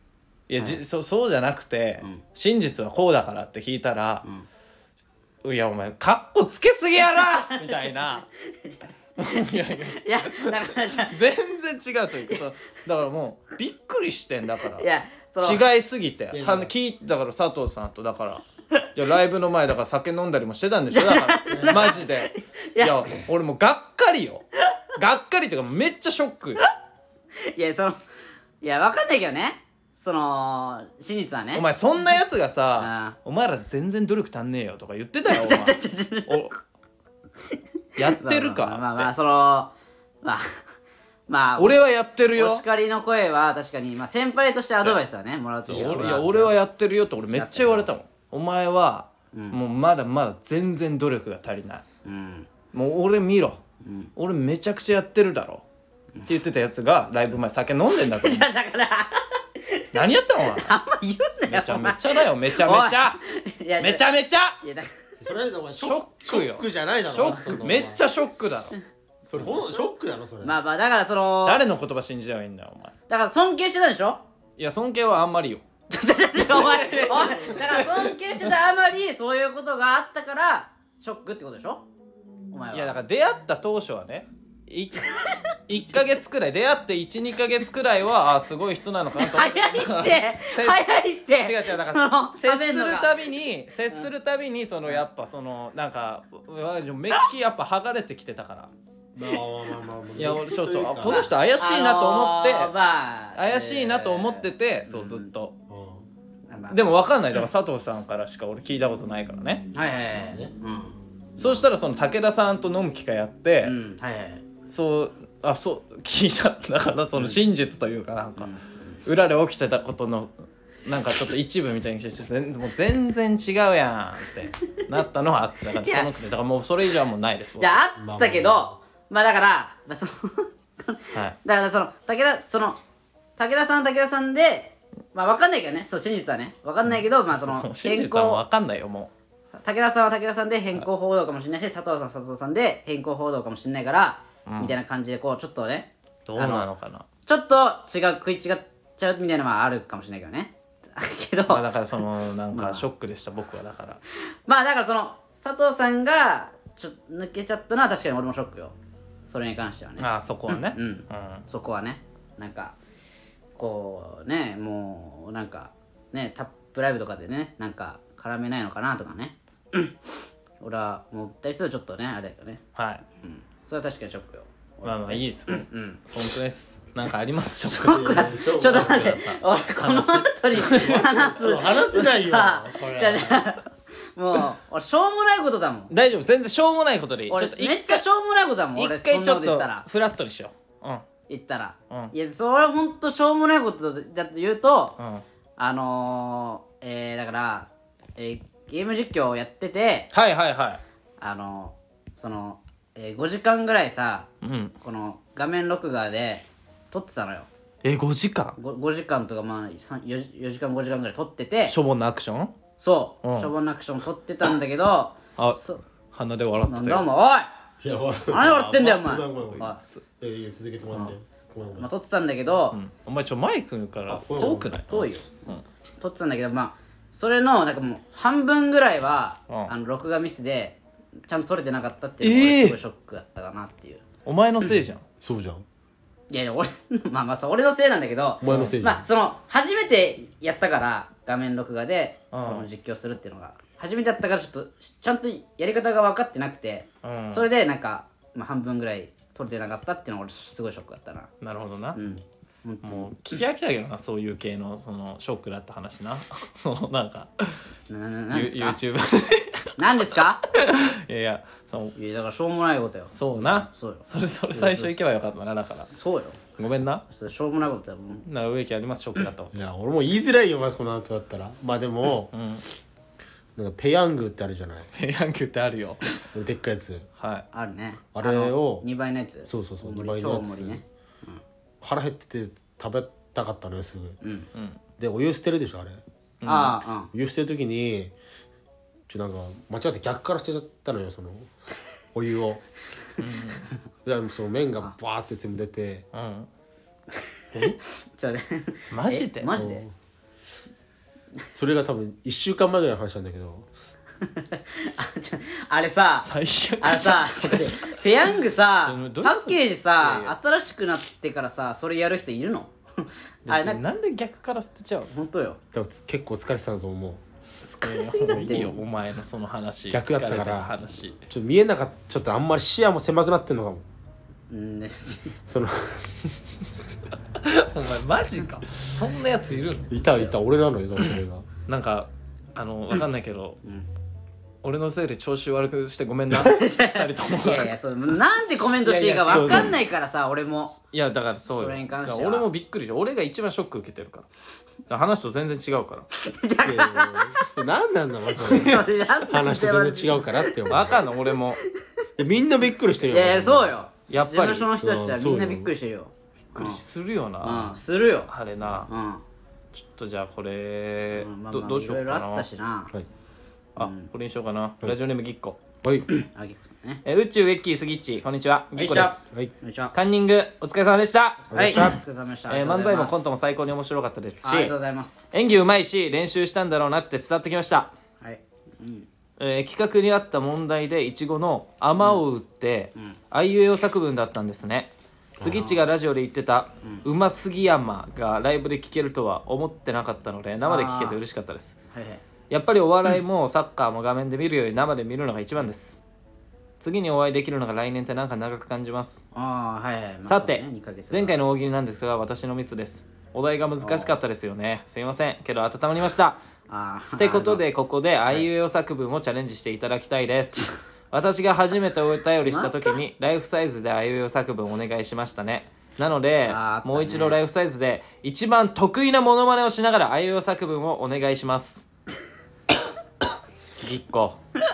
いや、はい、そ, そうじゃなくて、うん、真実はこうだからって聞いたら、うん、いやお前カッコつけすぎやなみたいないやいやいやだから全然違うというかだからもうびっくりしてんだからいや違いすぎて聞いだから佐藤さんとだからいやライブの前だから酒飲んだりもしてたんでしょだからマジでい や, いや俺もうがっかりよがっかりっていうかめっちゃショックよいやそのいや分かんないけどねその真実はねお前そんなやつがさお前ら全然努力足んねえよとか言ってたよお前おやってるかまあまあまあ、まあ、そのまあまあ俺はやってるよお叱りの声は確かに、まあ、先輩としてアドバイスはねもらうといいや俺はやってるよって俺めっちゃ言われたもんお前は、うん、もうまだまだ全然努力が足りない、うん、もう俺見ろ、うん、俺めちゃくちゃやってるだろ、うん、って言ってたやつがライブ前酒飲んでんだぞじゃだから何やったのお前あんま言うんだよめちゃめちゃだよめちゃめちゃめちゃめちゃいやだそれお前ショックよショックじゃないだろショックめっちゃショックだろそれほんショックだろそれまあまあだからその誰の言葉信じればいいんだよお前だから尊敬してたでしょいや尊敬はあんまりよお前おいだから尊敬してたあまりそういうことがあったからショックってことでしょお前はいやだから出会った当初はねいいっかげつくらい出会って いち,に ヶ月くらいはあすごい人なのかなと思って早いって早いって違う違うだから接するたびに接するたびにそのやっぱそのなんかメッキやっぱ剥がれてきてたからまあまあまあまあいや俺ちょっとこの人怪しいなと思って、 あのーまあ、 怪しいなと思ってて、えー、そうずっと、 うん、 でも分かんないだから佐藤さんからしか俺聞いたことないからねはいはいはい、うん、 そうしたらその武田さんと飲む機会やって、 うんはいはい、 そうあそう聞いちゃっただからその真実というかなんか、うん、裏で起きてたことのなんかちょっと一部みたいにして全もう全然違うやんってなったのはあってだからそのだからもうそれ以上はもうないですいやあったけど、まあまあまあだから、まあ、そのはい、だからその武田その武田さん武田さんでまあ分かんないけどねそう真実はね分かんないけど、うん、まあその真実は分かんないよもう武田さんは武田さんで変更報道かもしれないし、はい、佐藤さん佐藤さんで変更報道かもしれないから、うん、みたいな感じでこうちょっとねどうなのかなちょっと違う食い違っちゃうみたいなのはあるかもしれないけどねけどまあだからそのなんかショックでした、まあ、僕はだからまあだからその佐藤さんがちょ抜けちゃったのは確かに俺もショックよそれに関してはねああそこはね、 うん、うん、そこはねなんかこうねもうなんかねタップライブとかでねなんか絡めないのかなとかね俺は思ったりするとちょっとねあれだけどねはい、 うん、それは確かにショックよまあまあいいっす、うんうん、本当ですなんかありますショックちょっと待って俺この後に話す話せないよこれじゃじゃもう俺しょうもないことだもん大丈夫全然しょうもないことでいい俺めっちゃしょうもないことだもん俺一回ちょっとフラットにしよううん言ったら、 うん、 いやそれはほんとしょうもないことだと言うと、 うん、 あのー、えー、だから、えー、ゲーム実況をやっててはいはいはいあのー、その、えー、ごじかんぐらいさ、 うん、 この画面録画で撮ってたのよえー、ごじかん 5, ごじかんとかまあ 4, 4時間ごじかんぐらい撮っててしょぼんなアクションそう、うん、しょぼんなアクション撮ってたんだけどあ鼻で笑ってたよなんだお前おいいや何笑ってんだよお前ごめんごめんごめんいや続けてもらってごめんごめんまあ撮ってたんだけど、 うん、お前ちょマイクから遠くない遠いよ、うん、撮ってたんだけどまあそれのなんかもう半分ぐらいは、うん、あの録画ミスでちゃんと撮れてなかったっていうのがすごいショックだったかなっていう、 えー、お前のせいじゃん、うん、 そうじゃんいやいや俺まあまあそう俺のせいなんだけどお前のせいじゃんまあその初めてやったから画面録画でこの実況するっていうのが初めてやったからちょっとちゃんとやり方が分かってなくて、うん、それでなんか、まあ、半分ぐらい撮れてなかったっていうのが俺すごいショックだったななるほどな、 うん、 もう聞き飽きたけどなそういう系のそのショックだった話なそのなんかなななんですか YouTube 何ですかいやいやそういやだからしょうもないことよそうなそうよそれそれ最初行けばよかったなだからそうよごめんなそれしょうもないことだもんな植木ありますショックだったわいや俺も言いづらいよまあこの後だったらまあでも、うん、なんかペヤングってあるじゃないペヤングってあるよでっかいやつはいあるねあれをにばいのやつそうそうそうにばいのやつ、ねうん、腹減ってて食べたかったのよすぐ、うん、でお湯捨てるでしょあれ、 うん、ああ、うん、 お湯捨てる時にちょなんか間違って逆から捨てちゃったのよそのお湯を、うん、でその麺がバーって全部出て、 うん、 えちょねマジでマジでそれが多分いっしゅうかんまえぐらいの話なんだけどあちょあれさ最悪あれさペヤングさそれどういうことパッケージいやいさや新しくなってからさそれやる人いるのあれななんで逆から捨てちゃうの？ 本当よ多分結構疲れてたんだと思う疲れすぎだっていいよお前のその話。 逆だったから疲れた話。 ちょっと見えなかったちょっとあんまり視野も狭くなってんのかもうんねそのお前マジか。そんなやついるの？ いたいた俺なのよそれがなんかあのわかんないけど、俺のせいで調子悪くしてごめんな。 い二人とも。 やいやそうなんでコメントしていいか分かんないからさ俺もいやだからそうよ。 それに関してはだから俺もびっくりし俺が一番ショック受けてるから。だから話と全然違うから。 いやいやいやそれ何なんだろうそれそれなんで話と全然違うからって思うわかんない俺も。 いやみんなびっくりしてるよいやいやそうよやっぱり事務所の人たちはみんなびっくりしてるよびっくりするよな。 うんするよあれな。 うんちょっとじゃあこれうんまあまあどどうしようかないろいろあった。しなはいあこれにしようかな。ラジオネームぎっこ。 はいあぎこさんねえ宇宙ウェッキースギッチこんにちは。ぎっこです。 はいこんにちはカンニングお疲れ様でした。 はいおお疲れ様疲れ様でしたえー漫才もコントトも最高に面白かったですしありがとうございます演技うまいし練習したんだろうなって伝わってきました。 はいうんえー企画にあった問題でいちごの「あまおう」って、あいうえお作文だったんですね。スギッチがラジオで言ってた「うますぎ山」がライブで聴けるとは思ってなかったので生で聴けて嬉しかったです。 はいはいやっぱりお笑いもサッカーも画面で見るより生で見るのが一番です。次にお会いできるのが来年ってなんか長く感じます。 ああはいはいまあさて、 そうねにかげつ前回の大喜利なんですが私のミスです。お題が難しかったですよね。すいませんけど温まりました。 ああってことでここであいうえお作文をチャレンジしていただきたいです私が初めてお便りした時にライフサイズであいうえお作文お願いしましたね。なので、 あーあったねもう一度ライフサイズで一番得意なモノマネをしながらあいうえお作文をお願いしますぎっこ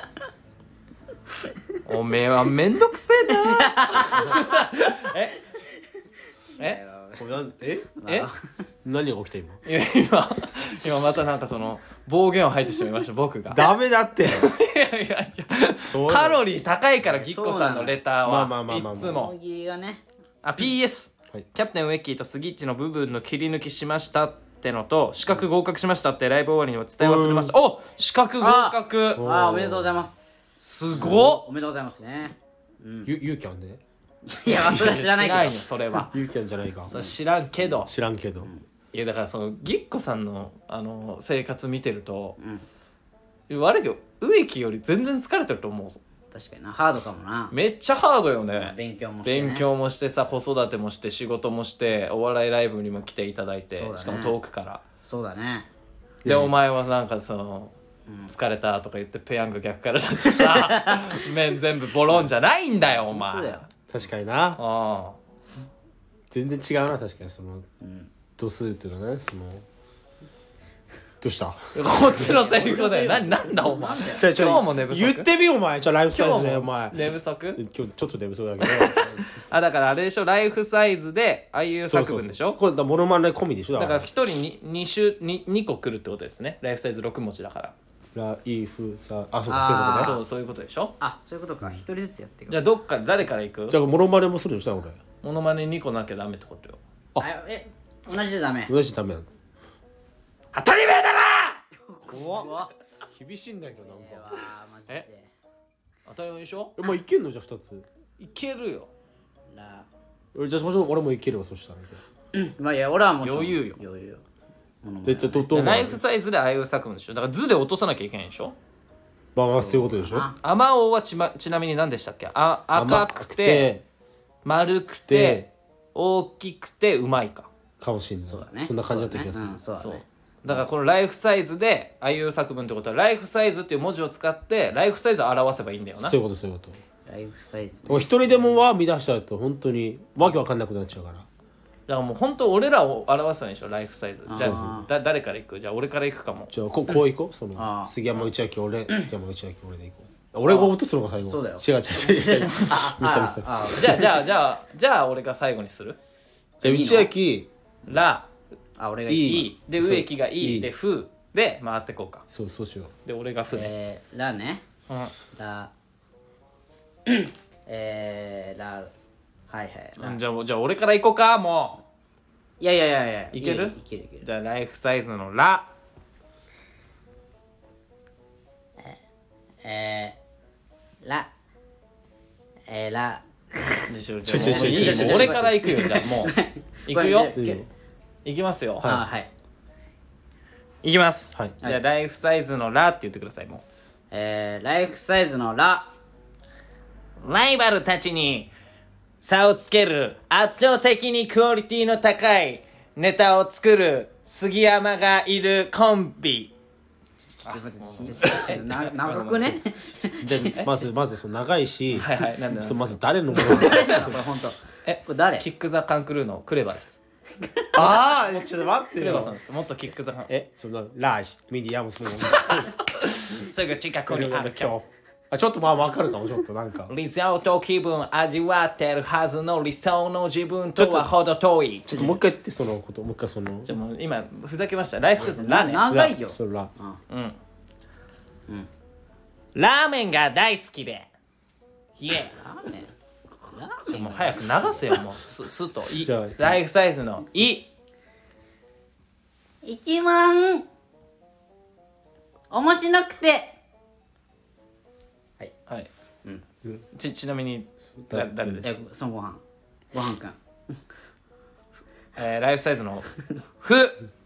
おめえはめんどくせえなええこれなんええ何が起きた今いや今今またなんかその暴言を吐いてしまいました僕がダメだっていやいやいやそうカロリー高いからぎっこさんのレターまあまあまあまあまあはいつも大喜利がねあ ピーエス、 はいキャプテンウェッキーとスギッチの部分の切り抜きしましたってのと資格合格しましたってライブ終わりにも伝え忘れました。お資格合格ああおめでとうございますすごっおめでとうございますねゆゆうきゃんでいやそれは知らないけど知らんよそれはゆうきゃんじゃないかそれ知らんけど知らんけどいやだからそのぎっこさんのあの生活見てると、悪いけど植木より全然疲れてると思うぞ。 確かになハードかもなめっちゃハードよね。 勉強もしてね勉強もしてさ子育てもして仕事もしてお笑いライブにも来ていただいて、 そうだねしかも遠くからそうだねでお前はなんかその、疲れたとか言ってペヤング逆から出してさ麺全部ボロンじゃないんだよお前本当だよ確かになあ全然違うな確かにその度数っていうのはねそのどうしたあこっちのセリフだよ何なんだお前じゃあじゃあ今日も寝不足言ってみよお前じゃあライフサイ今日もズでお前寝不足今日ちょっと寝不足だけどあだからあれでしょライフサイズでああいう作文でしょこれだモノマネ込みでしょだから一人に 2, 種 2, 2個来るってことですねライフサイズろく文字だからライフサあそうあーかそういうことねそうそういうことでしょあそういうことか一人ずつやっていくじゃあどっから誰から行くじゃあモノマネもするんでしょ俺モノマネにこなきゃダメってことよあえ同じでダメ同じダメなの当たり前だな怖っ厳しいんだけどなんえーわかーマジで当たり前でしょえもういけんのじゃあふたついけるよなえじゃあそも俺もいけるわそしたらうんまあいや俺はもちろん余裕よ余裕よでじゃあどどうライフサイズでああいう作文でしょだから図で落とさなきゃいけないでしょまあまあそういうことでしょあアマオはち,、ま、ちなみに何でしたっけあ赤くて丸くてで大きくてうまいかかもしんないそうだねそんな感じだった気がするそううんそうだねだからこのライフサイズでああいう作文ってことはライフサイズっていう文字を使ってライフサイズを表せばいいんだよなそういうことそういうことライフサイズね俺一人でもは見出しちゃうと本当にわけわかんなくなっちゃうからだからもう本当俺らを表すんでしょライフサイズじゃああだ誰から行くじゃあ俺から行くかもじゃあここういこうそのあー杉山内明俺杉山内明俺でいこう俺が落とすのが最後そうだよ違う違う違う違うミスターミスターあじゃあじゃあじゃあじゃあ俺が最後にするじゃあ内明ラあ俺がいいいいいいでそう植木がいいいいでフで回ってこうかそうそうしようで俺がフねえーラねうんラえーラはいはいラじゃあじゃあ俺から行こうかもいやいやいやいやいけるいけるいけるうじゃあライフサイズのララでしょちょちょちょもういいよちょもう俺から行くよじゃあもう行くよこれじゃあ行きますよあはい行きますはいじゃあライフサイズのラって言ってくださいもえー、ライフサイズのラうライバルたちに差をつける圧倒的にクオリティの高いネタを作る杉山がいるコンビな長くねじゃあまずまずその長いしはいはいなんだそうまず誰のもの誰なのこれ本当えこれ誰キック・ザ・カンクルーのクレバですああちょっと待ってクレバさんよですもっとキック・ザ・カンえそのラージミディアムスモーすぐ近くにある今日あちょっとまあ分かるかもちょっとなんか理想と気分味わってるはずの理想の自分とはほど遠いちょっともう一回言ってそのこともう一回そのじゃあもう今ふざけましたライフサイズのラなーメン長いよそれラうんラーメンが大好きでイエラーメンラーーもう早く流せよもうすすといじゃあライフサイズのい一番面白くてはいうんちちなみにだ誰でえすそのご飯ご飯くんえーライフサイズのふ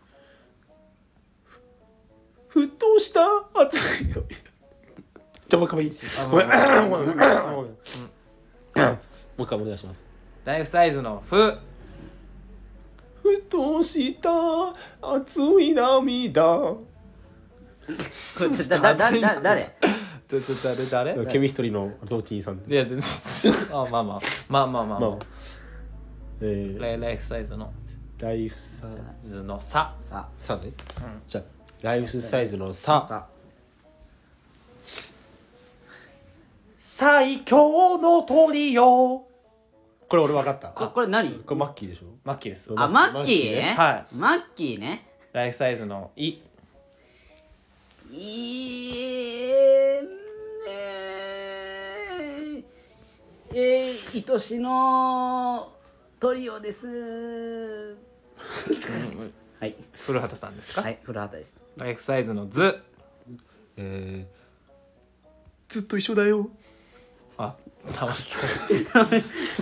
沸騰した熱いよじゃあもう一回いいごめんごめんごめんごめんもう一回お願いしますライフサイズのふ沸騰した熱い涙これだだだだ誰ちょちょ誰誰ケミストリーのトーチーさんいや全然あまあまあまあまあまあまあまあえーライライフサイズのライフサズのさささねじゃあライフサイズのささ最強のトリオこれ俺分かったここれ何これマッキーでしょマッキーですあマッキーねはいマッキーねライフサイズのいいえー、えー、愛しのトリオですはい古畑さんですか、 はい古畑ですライフサイズのずえーずっと一緒だよあたまに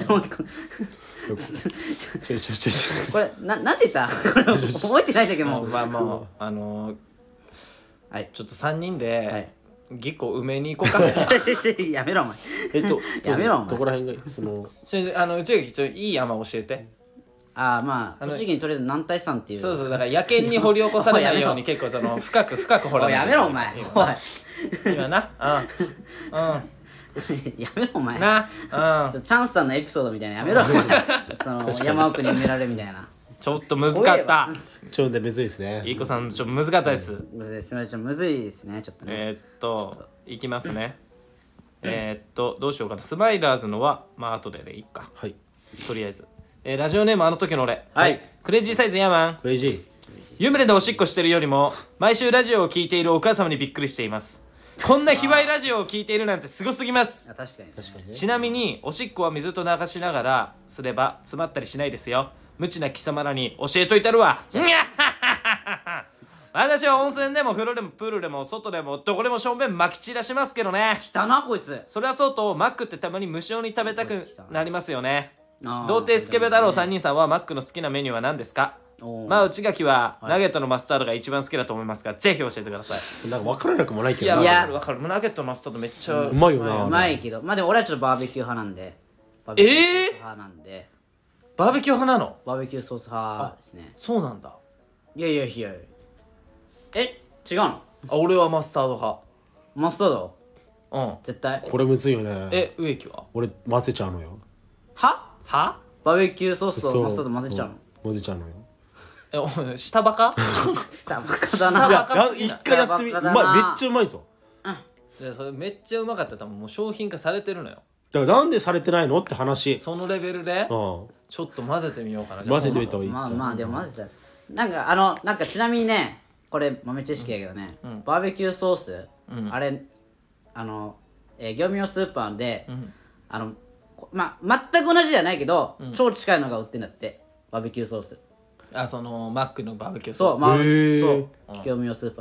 ちょいちょいちょいちょいこれななんて言ったこれ覚えてないんだけどもうまあまああのーはいちょっとさんにんはでいぎっこ埋めに行こうかやめろお前えっとやめろお前どこら辺がそのちょあのうちがちょいい山教えてああまああの栃木にとりあえず南大山っていうそうそうだから野犬に掘り起こされないように結構その深く深く掘らないおいやめろお前今おい今なうんうんやめろお前なうんチャンスさんのエピソードみたいなやめろお前その山奥に埋められるみたいなちょっと難かったちょっとむずいですねいい子さんちょっと難かったですむずいですねちょっとむずいですねちょっとねえー、っといきますねえー、っとどうしようかなスマイラーズのはまあ後ででいいかはいとりあえず、えーラジオネームあの時の俺はいクレイジーサイズヤーマンクレイジー湯船でおしっこしてるよりも毎週ラジオを聞いているお母様にびっくりしていますこんな卑猥ラジオを聞いているなんてすごすぎますあ確かに確かにねちなみにおしっこは水と流しながらすれば詰まったりしないですよ無知な貴様らに教えといたるわにゃっはっはっは私は温泉でも風呂でもプールでも外でもどこでもしょんべんまき散らしますけどね来たなこいつそれはそうとマックってたまに無性に食べたくなりますよねあー童貞スケベ太郎さんにんさんはマックの好きなメニューは何ですかおーまあ内垣はナゲットのマスタードが一番好きだと思いますがぜひ教えてくださいなんか分からなくもないけいやどないやわかるわかるナゲットのマスタードめっちゃうまいよなうまいけどまあでも俺はちょっとバーベキュー派なんでバーベキューソース派なんでバーベキュー派なのバーベキューソース派ですねそうなんだいやいやいやいやえ違うのあ俺はマスタード派マスタードうん絶対これむずいよねえ植木は俺混ぜちゃうのよははバーベキューソースとマスタード混ぜちゃうの混ぜちゃうのよえお前下バカ下バカだ下ないやバカや一回やってみうバカだなまいめっちゃうまいぞでそれめっちゃうまかったら多分もう商品化されてるのよだからなんでされてないのって話そのレベルでうんちょっと混ぜてみようかなじゃあ混ぜてみた方がいいまあまあでもマジでなんかあのなんかちなみにねこれ豆知識やけどね、 うんバーベキューソース、 うんあれあの、えー業務用スーパーで、 うんあのこま全く同じじゃないけど、 うん超近いのが売ってんだってバーベキューソースあそのマックのバーベキューソースそうまあへーそううん業務用スーパーに、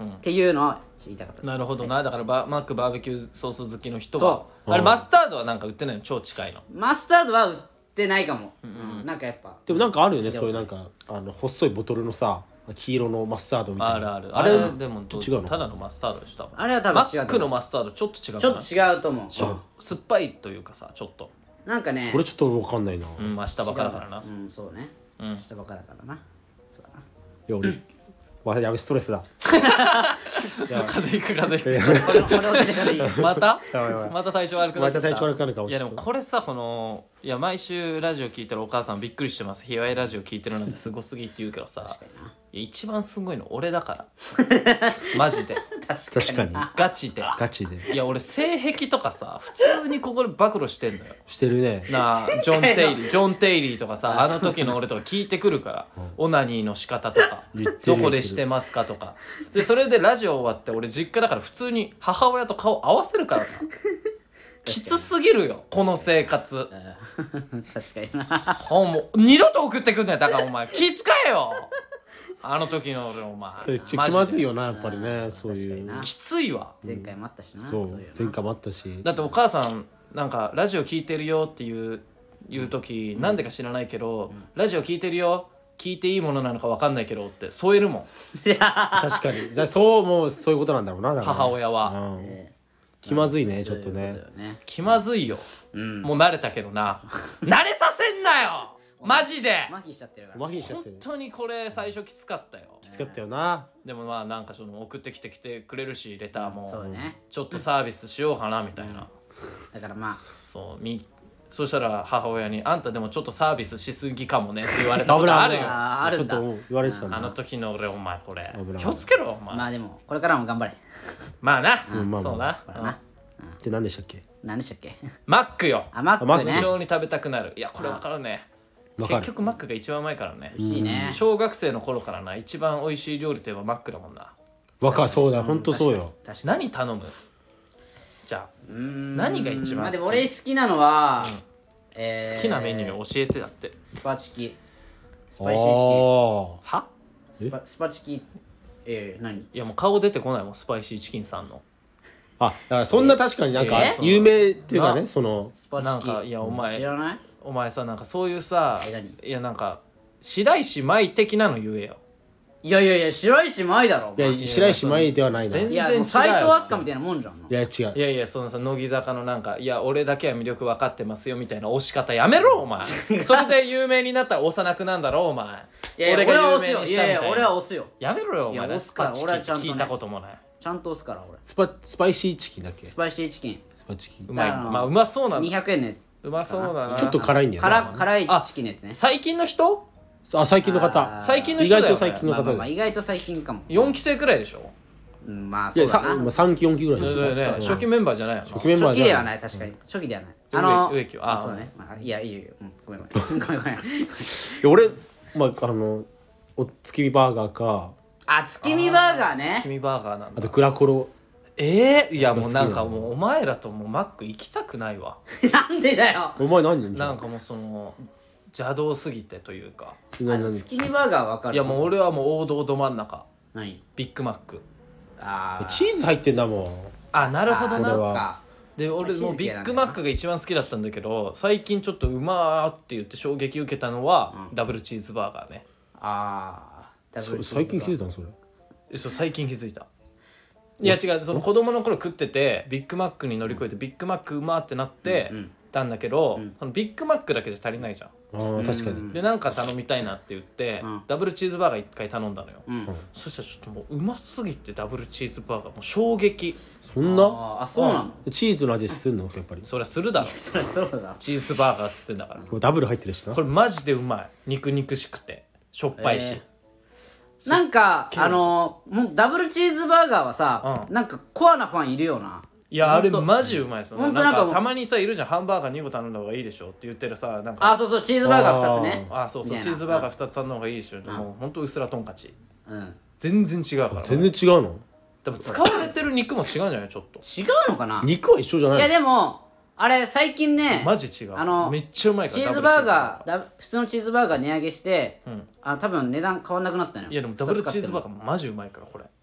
っていうのは知りたかった。 なるほどな。だからバマックバーベキューソース好きの人はそうあれマスタードはなんか売ってないの？超近いの。 マスタードは売ってないかも、うん、なんかやっぱでもなんかあるよね、そういうなんかあの細いボトルのさ黄色のマスタードみたいな。 あるある。 あれあれでもどう違うの？ ただのマスタードでしょ多分。 あれは多分マ違うと思うックのマスタードちょっと違うちょかな。 っと違うと思う。 しょ酸っぱいというかさちょっと。 なんかねこれちょっと分かんないな。いうんまあ下ばっかだからな。 うんそうね、 うん下ばっかだからな。そうだな。 や俺まあやべストレスだ。 風邪ひく風邪ひいやこれこれ教えてからいいよ。 く。またやばいやばいまた体調悪くなってきた。 また体調悪くなるかもいやでもちょっとこれさこのいや毎週ラジオ聞いてるお母さんびっくりしてます。ひわいラジオ聞いてるなんてすごすぎって言うけどさ。いや一番すごいの俺だからマジで確かにガチでガチでいや俺性癖とかさ普通にここで暴露してんのよしてるね。 なあジョン・テイリージョン・テイリーとかさあの時の俺とか聞いてくるからオナニーの仕方とか言ってるどこでしてますかとかでそれでラジオ終わって俺実家だから普通に母親と顔合わせるからなきつすぎるよこの生活確かにな。 ほんもう二度と送ってくんなよだからお前気使えよあの時の俺お前ちょ気まずいよなやっぱりね、そういう確かになきついわ前回もあったしな。 そういうの前回もあったし。 だってお母さんなんかラジオ聞いてるよっていう言う時なんでか知らないけど、ラジオ聞いてるよ聞いていいものなのか分かんないけどって添えるもん確かにじゃあそうもうそういうことなんだろうなだから母親はうん気まずいねちょっとねそういうことよね。 気まずいよ、 うんもう慣れたけどな慣れさせんなよマジで麻痺しちゃってるから。 麻痺しちゃってる。 本当にこれ最初きつかったよきつかったよな。 でもまあなんかその送ってきてきてくれるしレターもそうね。 ちょっとサービスしようかなみたいな、 だからまあそうみそしたら母親に「あんたでもちょっとサービスしすぎかもね」って言われたことあるよあーあるんだちょっと言われてたんだ。 あの時の俺お前これ危ない気をつけろお前まあでもこれからも頑張れ。 まあな、 んまあまあそうな、 これな。 で何でしたっけ？ 何でしたっけ？ マックよあマッマッククね。 非常に食べたくなるいやこれ分かるねわかる結局マックが一番うまいからね美味しいね。 小学生の頃からな一番美味しい料理といえばマックだもんなわかるそうだ本当そうよ。 確かに。 何頼むじゃあうーん何が一番好きまあでも俺好きなのは、えー好きなメニューを教えてだってスパチキ。スあパイシーチーはキン。スパスパチキ。えー、何？ いやもう顔出てこないもんスパイシーチキンさんのあだからそんな確かになんかえ有名っていうかねなそのスパチキ。 なんかいやお前知らない？ お前さなんかそういうさえ何いやなんか白石舞的なの言えよいやいやいや白石舞だろ。お前いや白石麻衣ではないな。 全いいや然違うもう斎藤飛鳥みたいなもんじゃん。 や違うい。やいやそのさ乃木坂のなんかいや俺だけは魅力分かってますよみたいな推し方やめろお前それで有名になったら幼くなんだろお前いやいや俺が有俺は押すよ。 名にしたみたいないやいや俺は押すよ。 やめろよおいや前押すからスパチキ俺はちゃんとね聞いたこともないちゃんと押すから俺。 スパスパイシーチキンだっけ？ スパイシーチキン。 スパチキンうまいだからまあうまそうなのにひゃくえんね。 うまそうだなちょっと辛いんだよ辛な。 辛いチキンのやつね。 最近の人あ最近のあ方ー最近の意人だよ、ね、 外と最近のまあまあ方で。 まあ意外と最近かも。 よんき生くらいでしょうんまあいやそうだな。 さ今三期四期ぐらいだよねだよ初期メンバーじゃないよな初期メンバー初期ではい。 ない確かに初期ではない。 うんあの植木はああそうね。まあいやいいよいいよ。うんごめんごめんごめんごめん。 いや俺まああのお月見バーガーかあ月見バーガーね。 君バーガーなんだあとグラコロ。 えー、いやもうなんか好きなのもうお前らともうマック行きたくないわなんでだよ。 お前何人じゃなんかもうその邪道すぎてというか何何月見バーガーわかる。 いやもう俺はもう王道ど真ん中何？ ビッグマックあーチーズ入ってんだもん。 あなるほどあー俺はなそっかで俺もうビッグマックが一番好きだったんだけど最近ちょっとうまーって言って衝撃受けたのは、 うんダブルチーズバーガーねあーダブルそ最近気づいた。 たのそれ。 えそう最近気づいたいや違うその子供の頃食っててビッグマックに乗り越えてビッグマックうまーってなってうんうんたんだけど、 うんそのビッグマックだけじゃ足りないじゃんああ確かに。 うんでなんか頼みたいなって言って、 うんダブルチーズバーガー一回頼んだのよ、 うんそしたらちょっともううますぎてダブルチーズバーガーもう衝撃そんなあーあそうなの。 チーズの味するのやっぱり。 そりゃするだろそれそうだ。 チーズバーガーっつってんだからこれダブル入ってるしなこ。れマジでうまい肉肉しくてしょっぱいし、 えなんかあのもうダブルチーズバーガーはさ、 うんなんかコアなファンいるよな。 いやあれほんとマジうまいですよほんとなんかなんかたまにさいるじゃんハンバーガーにこ頼んだ方がいいでしょって言ってるさなんかあそうそうチーズバーガーふたつね。 あそうそうみたいなチーズバーガーふたつ頼んだ方がいいでしょもうほんとうすらとんかちうん。 全然違うから全然違うの？ でも使われてる肉も違うんじゃないちょっと違うのかな。 肉は一緒じゃないいやでもあれ最近ねマジ違うあのめっちゃうまいからチーズバーガーダブ普通のチーズバーガー値上げして、 うんあ多分値段変わんなくなったのよ。 いやでもダブルチーズバーガガーマジうまいからこれ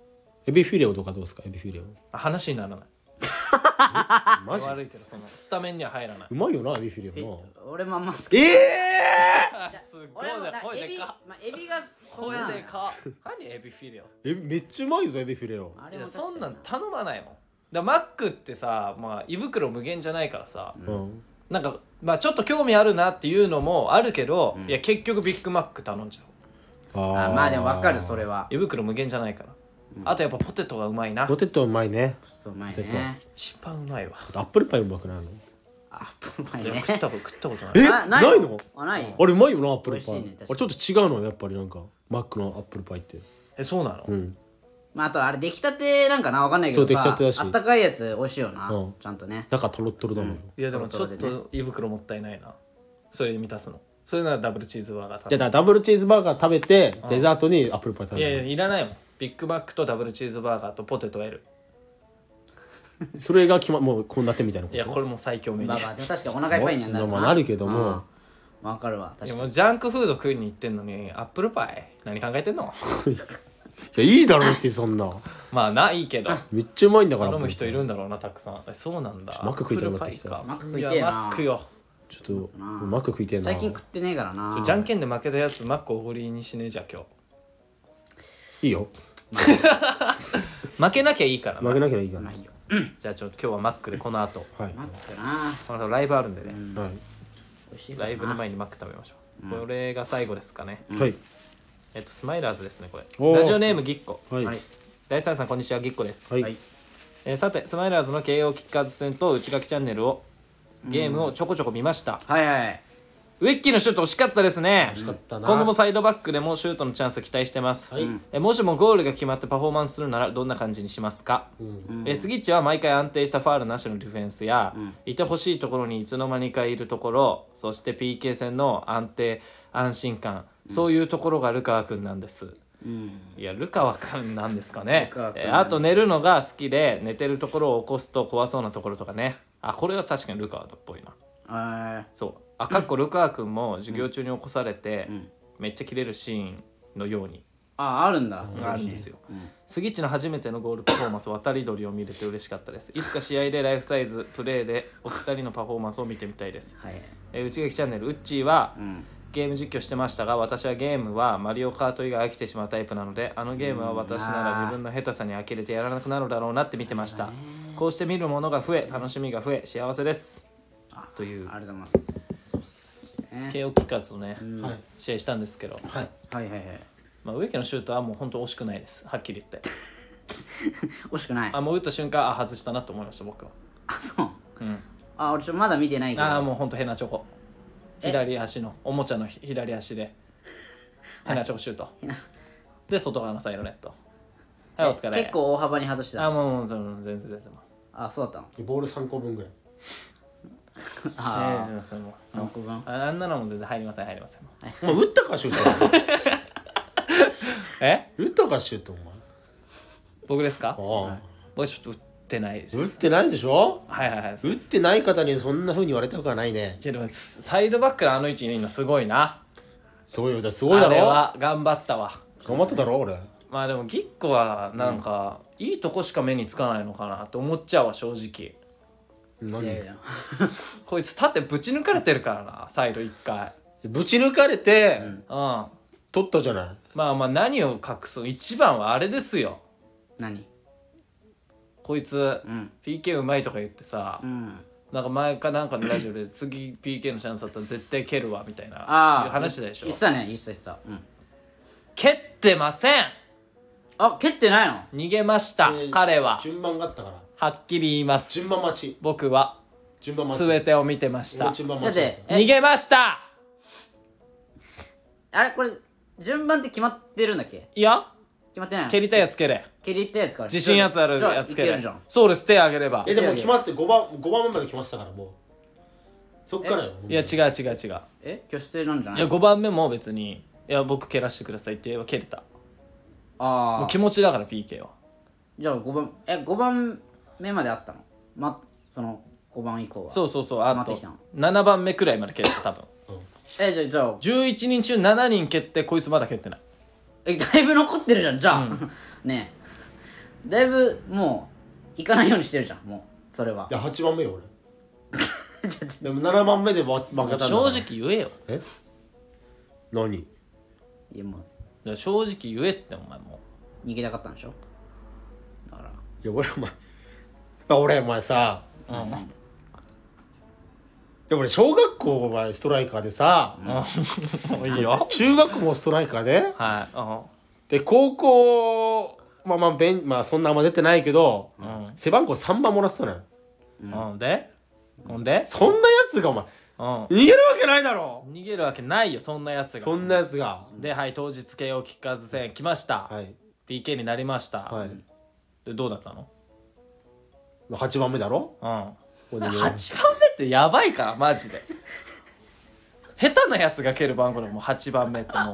エビフィレオとかどうですか？エビフィレオ話にならないマジ悪いけどそのスタメンには入らないうまいよなエビフィレオな。 俺もあんま好き。 ええすごいね俺もなエビ、 声でかまあ、エビが声でか何エビフィレオー、エビめっちゃうまいぞエビフィレオ。 あいやれも確かにそんなん頼まないもんだマックってさ、まあ、胃袋無限じゃないからさ、 うんなんか、まあ、ちょっと興味あるなっていうのもあるけど、いや結局ビッグマック頼んじゃうあまあでも分かるそれは。 胃袋無限じゃないから、あとやっぱポテトがうまいなポテトうまいね。 そううまいポテね。 一番うまいわあとアップルパイうまくないの？ アップうまいでもね。 食ったこと食ったことないえあないの？ あないあれうまいよなアップルパイ。 美味しいね確かにあれちょっと違うのやっぱりなんかマックのアップルパイって。 えそうなの、 うん。 まああとあれ出来たてなんかな分かんないけどそう出さ、 来たてだしあったかいやつ美味しいよな、 うんちゃんとね。 中トロットロだもん。 いやでもちょっトロトロでと胃袋もったいないなそれで満たすのそれならダブルチーズバーガー食じゃあだからダブルチーズバーガー食べてデザートにアップルパイ食べいやいやべる。 いらないもんビッグマックとダブルチーズバーガーとポテト L それが決まもう献立みたいなこと。 いやこれも最強メニューまあまあでも確かにお腹いっぱいにはなるな。 まあなるけどもうん。分かるわ確かに。 いやもうジャンクフード食いに行ってんのにアップルパイ何考えてんのいやいいだろ別にそんな。 まあないいけどめっちゃうまいんだから。 頼む人いるんだろうなたくさんえそうなんだマック食いたくなってきたアップルパイかマック食いいやてえなマックよちょっとマック食いてえな。 最近食ってねえからな。 ちょじゃんけんで負けたやつマックおごりにしねえじゃん今いいよ。 日負けなきゃいいからな負けなきゃいいから。 ないよ。 じゃあちょっと今日はマックでこの後はいマックな。 この後ライブあるんでね、 はい美味しいからなライブの前にマック食べましょう、これが最後ですかね、 はいえっとスマイラーズですねこれおーラジオネームぎっこはいはい大さんさんこんにちはぎっこです、 はいはい。 えーさてスマイラーズの慶応キッカーズ戦と内垣チャンネルをゲームをちょこちょこ見ました、 はいはい。 ウェッキーのシュート惜しかったですね惜しかったな今後もサイドバックでもシュートのチャンス期待してます、 はいえもしもゴールが決まってパフォーマンスするならどんな感じにしますか、 うんえスギッチは毎回安定したファールなしのディフェンスや、いてほしいところにいつの間にかいるところそして ピーケー 戦の安定安心感、そういうところがルカワ君なんですうん。 いやルカワ君なんですかねルカワ君えあと寝るのが好きで寝てるところを起こすと怖そうなところとかねあこれは確かにルカワっぽいなあそうあかっこルカワ君も授業中に起こされて、 んめっちゃ切れるシーンのようにあ、あるんだ。 あるんですよ、スギッチの初めてのゴールパフォーマンス渡り鳥を見れて嬉しかったですいつか試合でライフサイズプレーでお二人のパフォーマンスを見てみたいです、 はい。 えー内垣チャンネルウッチーは、 うん。 ゲーム実況してましたが私はゲームはマリオカート以外飽きてしまうタイプなのであのゲームは私なら自分の下手さに呆れてやらなくなるだろうなって見てましたこうして見るものが増え楽しみが増え幸せですというありがとうございます。ね慶応キッカーズとね、 はい試合したんですけど、 はいはいはいはい。 まあ、植木のシュートはもう本当惜しくないですはっきり言って惜しくない。 あもう打った瞬間あ外したなと思いました僕は、 あ、そう。 うん、 あ、俺ちょっとまだ見てないけど。 ああもう本当ヘナチョコえ左足のおもちゃのひ左足でヘナチョコシュートで外側のサイドネットはいお疲れ結構大幅に外してた。 あもうもうその全然全然もうあ、そうだったの。 ボールさんこぶんぐらいあいやいやそれもう三個分。 ああんなのも全然入りません入りませんもうお前打ったかシュートえ打ったかシュートお前僕ですかあ僕ちょっと打ってないですあ打ってないでしょはいはいはい打ってない方にそんな風に言われたくはないねいやでもサイドバックのあの位置にいるのすごいなすごいよだすごいだあれろは頑張ったわ頑張っただろ俺まあでもギッコはなんか、いいとこしか目につかないのかなと思っちゃうわ正直何いやいや。 こいつ縦ぶち抜かれてるからなサイド一回ぶち抜かれてうんま取ったじゃないあまあ何を隠そう一番はあれですよ何？ こいつ、 うんピーケー うまいとか言ってさ、 うん。 なんか前かなんかのラジオで次 ピーケー のチャンスだったら絶対蹴るわみたいなああ。 いう話でしょ言ってたね、言ってた言ってた。うん。 蹴ってませんあ、蹴ってないの？ 逃げました、 えー彼は順番があったからはっきり言います順番待ち僕は順番待ち全てを見てました俺順番だって待ちだったえ逃げましたあれこれ順番って決まってるんだっけ？ いや決まってないの？ 蹴りたいやつ蹴れ蹴りったやつから。 自信圧あるじゃあやつ蹴れいけるじゃん。 そうです手挙げればえでも決まってごばんごばんまで来ましたからもうそっからよいや違う違う違うえ、挙手制なんじゃないい？ やごばんめも別にいや僕蹴らしてくださいって言えば蹴れたああもう気。持ちだから ピーケー はじゃあごばんえごばんめまであったの？まそのごばん以降は。。 そううそうそうあと待ってきたのななばんめくらいまで蹴れた多分えじゃあじゃあじゅういちにん中ななにん蹴ってこいつまだ蹴ってないえだいぶ残ってるじゃんじゃあ。ねだいぶもう行かないようにしてるじゃんもうそれはいやはちばんめよ俺でもななばんめで負けたんだから正直言えよ。 え何いやもうだから正直言えってお前も逃げたかったんでしょだからいや俺お前あ俺お前さう。うん。 でも俺小学校お前ストライカーでさ、 うん、いいよ。 中学もストライカーではい。うん。 で高校まあまあベンまあそんなあんま出てないけど、 うん、 背番号さんばんもらってたのよ、 うん、でほんでそんなやつがお前うん逃げるわけないだろ逃げるわけないよそんなやつが。 そんなやつがではい当日 ケーオー キッカーズ戦来ました、 はいピーケー になりました、 はいでどうだったの？ はちばんめだろうんこれではちばんめってやばいからマジで下手なやつが蹴る番号でもうはちばんめってもう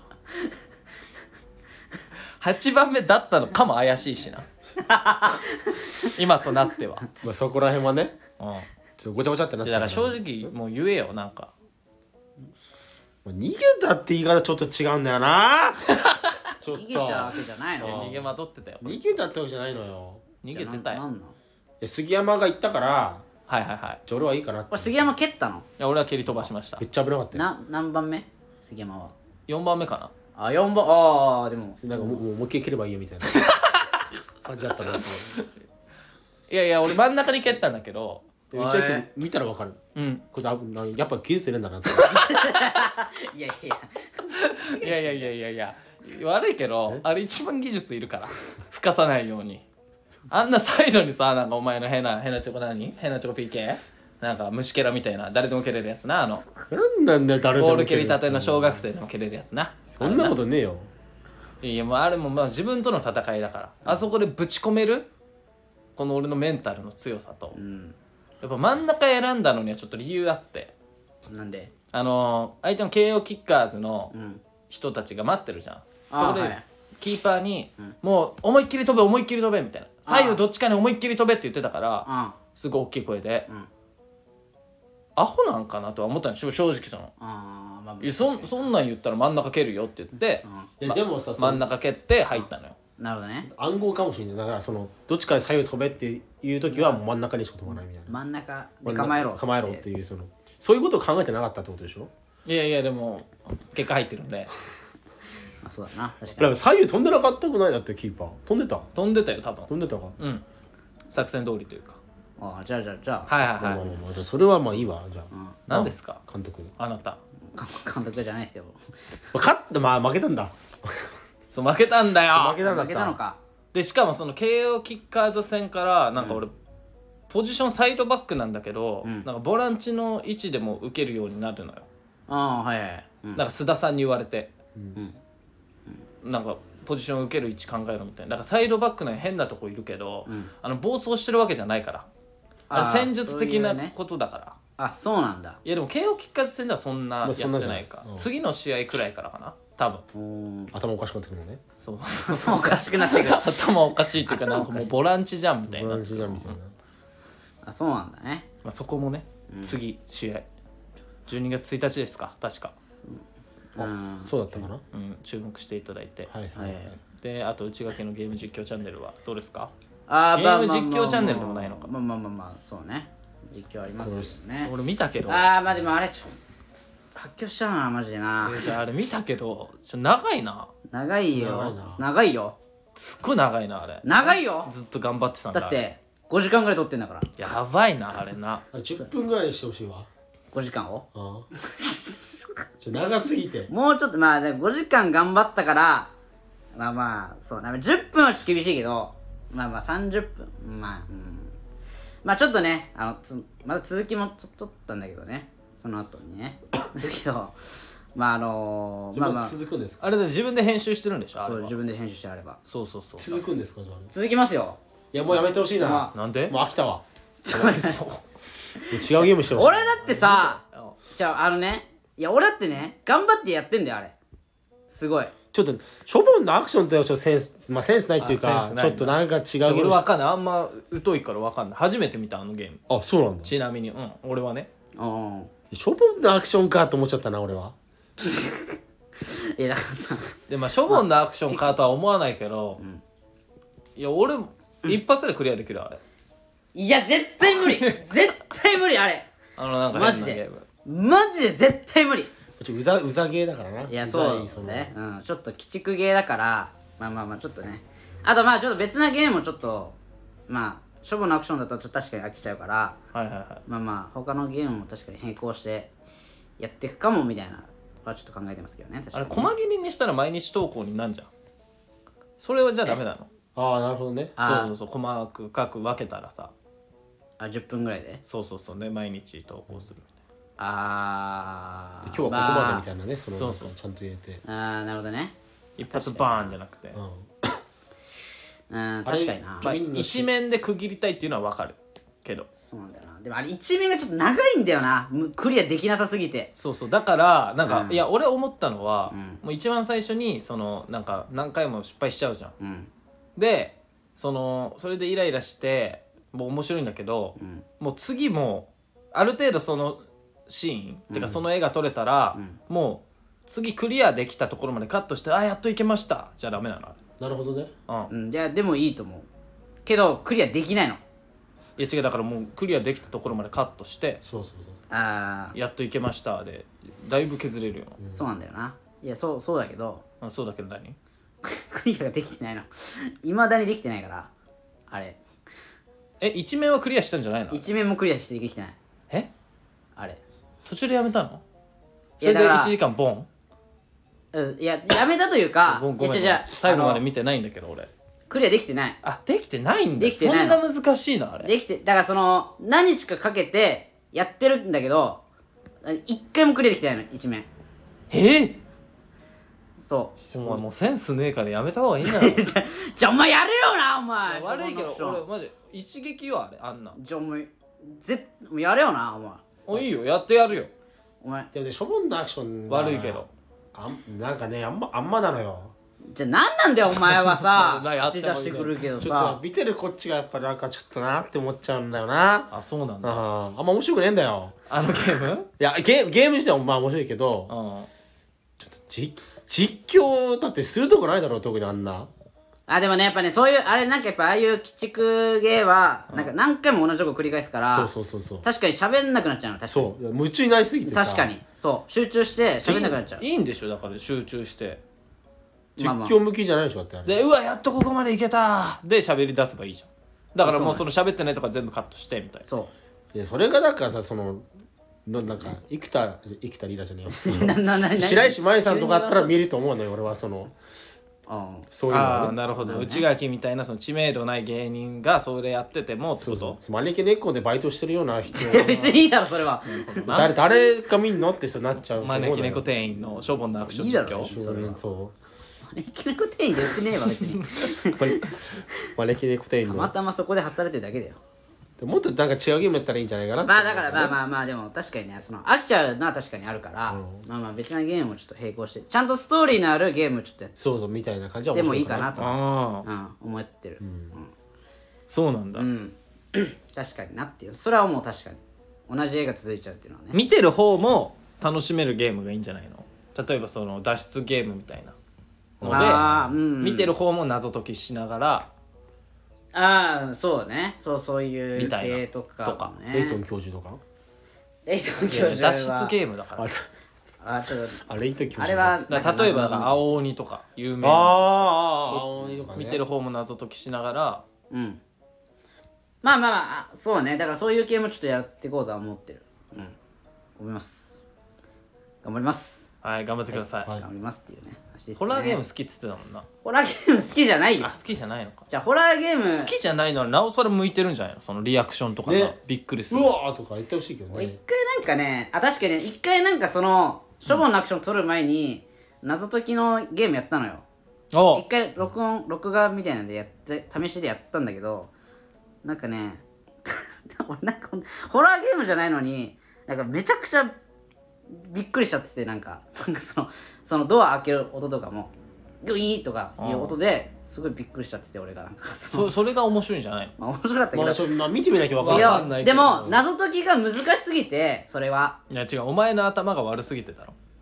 はちばんめだったのかも怪しいしな今となっては、 まあ、そこら辺はねうん、 ちょっとごちゃごちゃってなってただから正直もう言えよなんか逃げたって言い方ちょっと違うんだよなちょっと逃げたわけじゃないの逃げまとってたよ逃げたってわけじゃないのよ逃げてたよ。 なんなんいや杉山が言ったからはいはいはい。 じゃあ俺はいいかなってこれ杉山蹴ったのいや俺は蹴り飛ばしましためっちゃ危なかったよな何番目杉山はよんばんめかな。 あよんばんああでもなんかもうもうもう一回蹴ればいいよみたいな感じだったなっていやいや俺真ん中に蹴ったんだけどで一応見たらわかるうんこいつあなやっぱ技術ねえんだなっていやいやいやいやいやいやいや悪いけどあれ一番技術いるから吹かさないようにあんなサイドにさなんかお前の変な変なチョコ何変なチョコ ピーケー なんか虫けらみたいな誰でも蹴れるやつなあのなんなんだよ誰でもボール蹴りたての小学生でも蹴れるやつなそんなことねえよいやもうあれもまあ自分との戦いだからあそこでぶち込めるこの俺のメンタルの強さとうんやっぱ真ん中選んだのにはちょっと理由あってなんであのー、相手の ケーオー キッカーズのうん人たちが待ってるじゃんそれで、 あーはいキーパーに、もう思いっきり飛べ思いっきり飛べみたいな左右どっちかに思いっきり飛べって言ってたからあすごい大きい声で、 んアホなんかなとは思ったんでしょ正直そのあまあいやそそんなん言ったら真ん中蹴るよって言って、 いやでもさその真ん中蹴って入ったのよ、 なるほどね暗号かもしれないだからそのどっちかで左右飛べっていう時はもう真ん中にしか飛ばないみたいな真ん中で構えろ構えろっていうそのそういうことを考えてなかったってことでしょいやいやでも結果入ってるんであそうだな確かだから左右飛んでなかったくないだってキーパー飛んでた飛んでたよ多分飛んでたかうん作戦通りというかあじゃあじゃあじゃあはいはいはい、 まあまあまあじゃあそれはまあいいわじゃあ何ですか監督あなた監督じゃないですよ勝ってまあ負けたんだそう負けたんだよ負けたんだった負けたのかでしかもその ケーオー キッカーズ戦からなんか俺、ポジションサイドバックなんだけど、 んなんかボランチの位置でも受けるようになるのよ、 ああはいはいうんなんか須田さんに言われて、 んなんかポジション受ける位置考えろみたいなだからサイドバックの変なとこいるけど、あの暴走してるわけじゃないからあれあー戦術的なそういうねことだからあそうなんだいやでも ケーオー キッカーズ戦ではそんなやってまあそんなじゃなないいか、 うん次の試合くらいからかな多分おー頭おかしくなってくるのねそうそうそうおかしくなってくる頭おかしいっていうかなんかもうボランチじゃんみたいなボランチじゃんみたいなあそうなんだねまあ、そこもね、次試合じゅうにがつついたちですか確か、 うんそうだったかなはうん、注目していただいて、 いはいははいいであと内垣のゲーム実況チャンネルはどうですかあゲーム実況チャンネルでもないのかまあまあまあまあそうね実況ありますよね俺見たけどああまあでもあれちょ発狂しちゃうなマジでなえあれ見たけどちょ長いな長いよ長いな長いよすっごい長いなあれ長いよずっと頑張ってたんだだってごじかんぐらい撮ってんだからやばいなあれなあじゅっぷんぐらいにしてほしいわごじかんをああちょ長すぎてもうちょっとまあでごじかん頑張ったからまあまあそうなじゅっぷんはちょっと厳しいけどまあまあさんじゅっぷんまあうんまあちょっとねあのつまだ続きもちょっと撮ったんだけどねその後にねだけどまああのじゃあままあまあず続くんですかあれで自分で編集してるんでしょあれはそう自分で編集してあればそうそうそう続くんですかじゃあ続きますよいやもうやめてほしいなまなんでもう飽きたわそうもう違うゲームしてほしい俺だってさじゃああのねいや俺だってね頑張ってやってんだよあれすごいちょっとしょぼんのアクションってちょっとセンスまあセンスないっていうあかセンスないちょっとなんか違うゲーム俺わかんないあんま疎いからわかんない初めて見たあのゲームあそうなんだちなみにうん俺はねうんしょぼんのアクションかと思っちゃったな俺はいやだからさでまあしょぼんのアクションかとは思わないけど、 いや俺一発でクリアできるあれいや絶対無理絶対無理あれあのなんかマジで変なゲームマジで絶対無理ちょうざうざゲーだからないやうそうざいそのね、うん、ちょっと鬼畜ゲーだからまあまあまあちょっとねあとまあちょっと別なゲームもちょっとまあ処分のアクションだとちょっと確かに飽きちゃうからはいはいはいまあまあ他のゲームも確かに並行してやっていくかもみたいなはちょっと考えてますけどね確かにあれ細切りにしたら毎日投稿になんじゃんそれはじゃあダメなのああなるほどねあそうそうそう細かく分けたらさあじゅっぷんぐらいでそうそうそうね毎日投稿するみたいあー今日はここまでみたいなねそのそうそうなんかちゃんと入れてまああーなるほどねな一発バーンじゃなくて、 うんうん確かになまあ、 みんな一面で区切りたいっていうのは分かるけどそうなんだよなでもあれ一面がちょっと長いんだよなむクリアできなさすぎてそうそうだからなんか、 うんいや俺思ったのは、 うんもう一番最初にそのなんか何回も失敗しちゃうじゃんうんでそのそれでイライラしてもう面白いんだけど、 うんもう次もある程度そのシーン、ってかその絵が撮れたら、 うんもう次クリアできたところまでカットしてあやっといけましたじゃダメなのあなるほどねれうんうんじゃあでもいいと思うけどクリアできないのいや違うだからもうクリアできたところまでカットしてそうそうそうああやっといけましたでだいぶ削れるよ、 そうなんだよないやそうそうだけどあそうだけど何クリアができてないのいまだにできてないからあれえ一面はクリアしたんじゃないの一面もクリアしてできてないえあれ途中でやめたのそれでいやだからいちじかんボンうんいややめたというかごごめんいやじゃあ最後まであの見てないんだけど俺クリアできてないあできてないんだできてないのそんな難しいのあれできてだからその何日かかけてやってるんだけど一回もクリアできてないの一面えっそうお前もうセンスねえからやめた方がいいんだよじゃじゃあお前やれよなお前悪いけどそんな俺マジ一撃よあれあんなじゃあお前ぜもうやれよなお前おいいよやってやるよお前でもねしょぼんのアクションが悪いけどあんなんかねあんまあんまなのよじゃあ何なんだよお前はさそうやってもいい口出してくるけどちょっとさ見てるこっちがやっぱなんかちょっとなって思っちゃうんだよなあそうなんだあーあんま面白くねえんだよあのゲームいやゲーゲーム自体もまあ面白いけどうんちょっとじ実況だってするとこないだろ特にあんなあでもねやっぱねそういうあれなんかやっぱああいう鬼畜ゲーはなんか何回も同じとこ繰り返すからそうそうそうそう確かに喋んなくなっちゃうの確かにそういや夢中になりすぎてさ確かにそう集中して喋んなくなっちゃういいいいんでしょだから集中して実まあまあ況向きじゃないでしょだってあれでうわやっとここまでいけたで喋り出せばいいじゃんだからもうあそその喋ってないとか全部カットしてみたいなそういやそれがだからさそののなんか生田生田リーダーじゃねえよなななな白石麻衣さんとかあったら見ると思うのよ俺はそのうんそういうのああはねなるほど内垣みたいなその知名度ない芸人がそれやっててもってそうことそう招き猫でバイトしてるような人いや別にいいだろそれはそう誰誰が見んのってそうなっちゃうと思うのよ招き猫店員のしょぼんなアクションいいだろ実況そうねそ招き猫店員で売ってねえわ別にうこれ招き猫店員のたまたまそこで働いてるだけだよでもっとなんか違うゲームやったらいいんじゃないかなってまあだからまああまあまあでも確かにねその飽きちゃうのは確かにあるから、まあまあ別なゲームをちょっと並行してちゃんとストーリーのあるゲームをちょっとやっそうそうみたいな感じはて面白いかなもいいかなと、 ああうん、思ってるそうなんだ、 うん、確かになっていうそれはもう確かに同じ絵が続いちゃうっていうのはね見てる方も楽しめるゲームがいいんじゃないの例えばその脱出ゲームみたいなので、 あーうんうん見てる方も謎解きしながらああそうねそうそういうみたいな系とかもねレイトン教授とかレイトン教授は脱出ゲームだからああちょっあレイトン教授とあれはだから例えばだから青鬼とか有名なあーあー青鬼とかね見てる方も謎解きしながらうんまあまあまあそうねだからそういう系もちょっとやっていこうとは思ってるうん思います頑張りますはい頑張ってください、 はい頑張りますっていうね話ですねホラーゲーム好きっつってたもんなホラーゲーム好きじゃないよあ好きじゃないのかじゃあホラーゲーム好きじゃないのはなおさら向いてるんじゃないのそのリアクションとかが、 ねびっくりすうるわーとか言ってほしいけど俺一ね回なんかねあ確かにね一回なんかその処分のアクション取る前に謎解きのゲームやったのよお一回録音録画みたいなんでやって試しでやったんだけどなんかね俺なんかホラーゲームじゃないのになんかめちゃくちゃびっくりしちゃっててなんかなんかそのそのドア開ける音とかもグイーンとかいう音ですごいびっくりしちゃってて俺がなんかそのそそれが面白いんじゃないのまあ面白かったけど、 まあちょっとまあ見てみなきゃわかんいないわかんないけどやでも謎解きが難しすぎてそれはいや違うお前の頭が悪すぎてだろ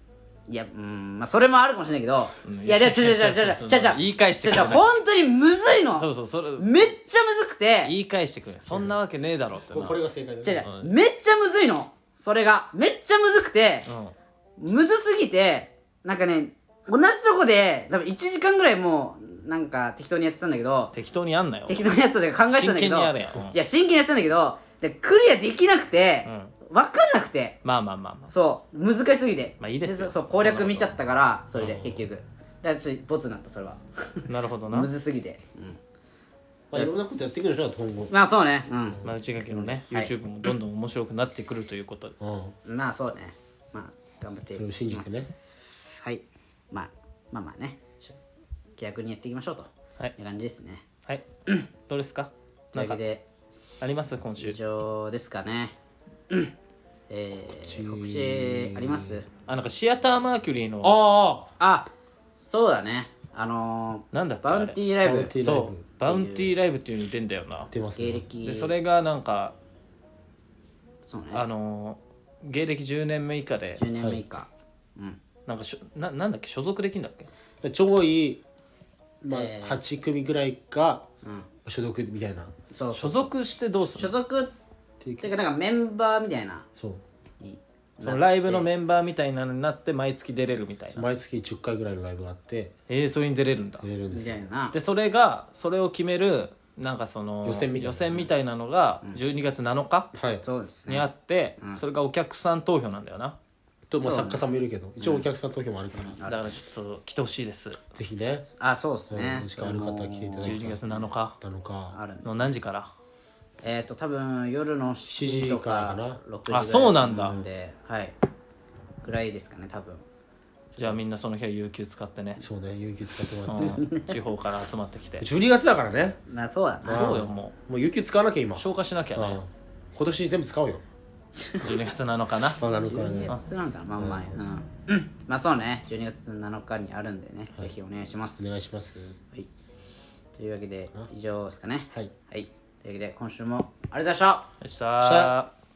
いやうんまあそれもあるかもしれないけど、 うんいやいやちょちょちょちょちょちょちょ言い返してくちょるちょ本当にむずいの。 そうそうそれめっちゃむずくて言い返してくるそんなわけねえだろってなこれが正解だちょちねょめっちゃむずいの。それがめっちゃむずくてむずすぎてなんかね同じとこで多分いちじかんぐらいもうなんか適当にやってたんだけど適当にやんなよ適当にやってたんだけど考えてたんだけど真剣にやれようんいや真剣にやってたんだけどでクリアできなくて分かんなくてまあまあまあまあそう難しすぎてまあいいですよそそう攻略見ちゃったからそれでうん結局だからちょっとボツになったそれはなるほどなむずすぎてうんまあいろんなことやっていくんでしょ今後まあそうねうんまあ内垣のねはい YouTube もどんどん面白くなってくるということでうんまあそうねまあ頑張ってそれを信じてねはいまあまあまあねちょ気楽にやっていきましょうとはいいう感じですねはいどうですかというわけであります今週以上ですかねうんえー、告知ありますあなんかシアターマーキュリーのああそうだねあのー、 なんだっけあれバウンティーライブバウンティーそうバウンティーライブっていうのに出んだよな出ますね芸歴でそれがなんかそうねあのー芸歴じゅうねんめ以下でじゅうねんめ以下、うんなんかしょななんだっけ所属できんだっけちょいまあえーはち組ぐらいがうん所属みたいなそう所属してどうするの所属っていうかなんかメンバーみたいなそうにそのライブのメンバーみたいなのになって毎月出れるみたいな毎月じゅっかいぐらいのライブがあってえー、それに出れるんだ出れるんでみすよたいなでそれがそれを決めるなんかその予選みたいな予選みたいなのがじゅうにがつなのかはいそうですねにあって、それがお客さん投票なんだよなとまあ作家さんもいるけど一応お客さん投票もあるからだからちょっと来てほしいですぜひねあそうですね、 うん時間ある方は来ていただきたいじゅうにがつなのかなのかあるんでの何時からえっ、ー、と多分夜のしちじとかしちじからかなろくじぐらいあそうなんだではいぐらいですかね多分じゃあみんなその日は有給使ってね、 そうね有給使ってもらうってん、地方から集まってきてじゅうにがつだからねまあそうだなそうよももう有給使わなきゃ今う消化しなきゃねうん今年全部使おうよじゅうにがつなのかなあなのか 12 ね月なんかなまあまあうん、うん、まあそうねじゅうにがつなのかにあるんでね、ぜひお願いしますお願いしますはいというわけで以上ですかねはいはいというわけで今週もありがとうございましたでした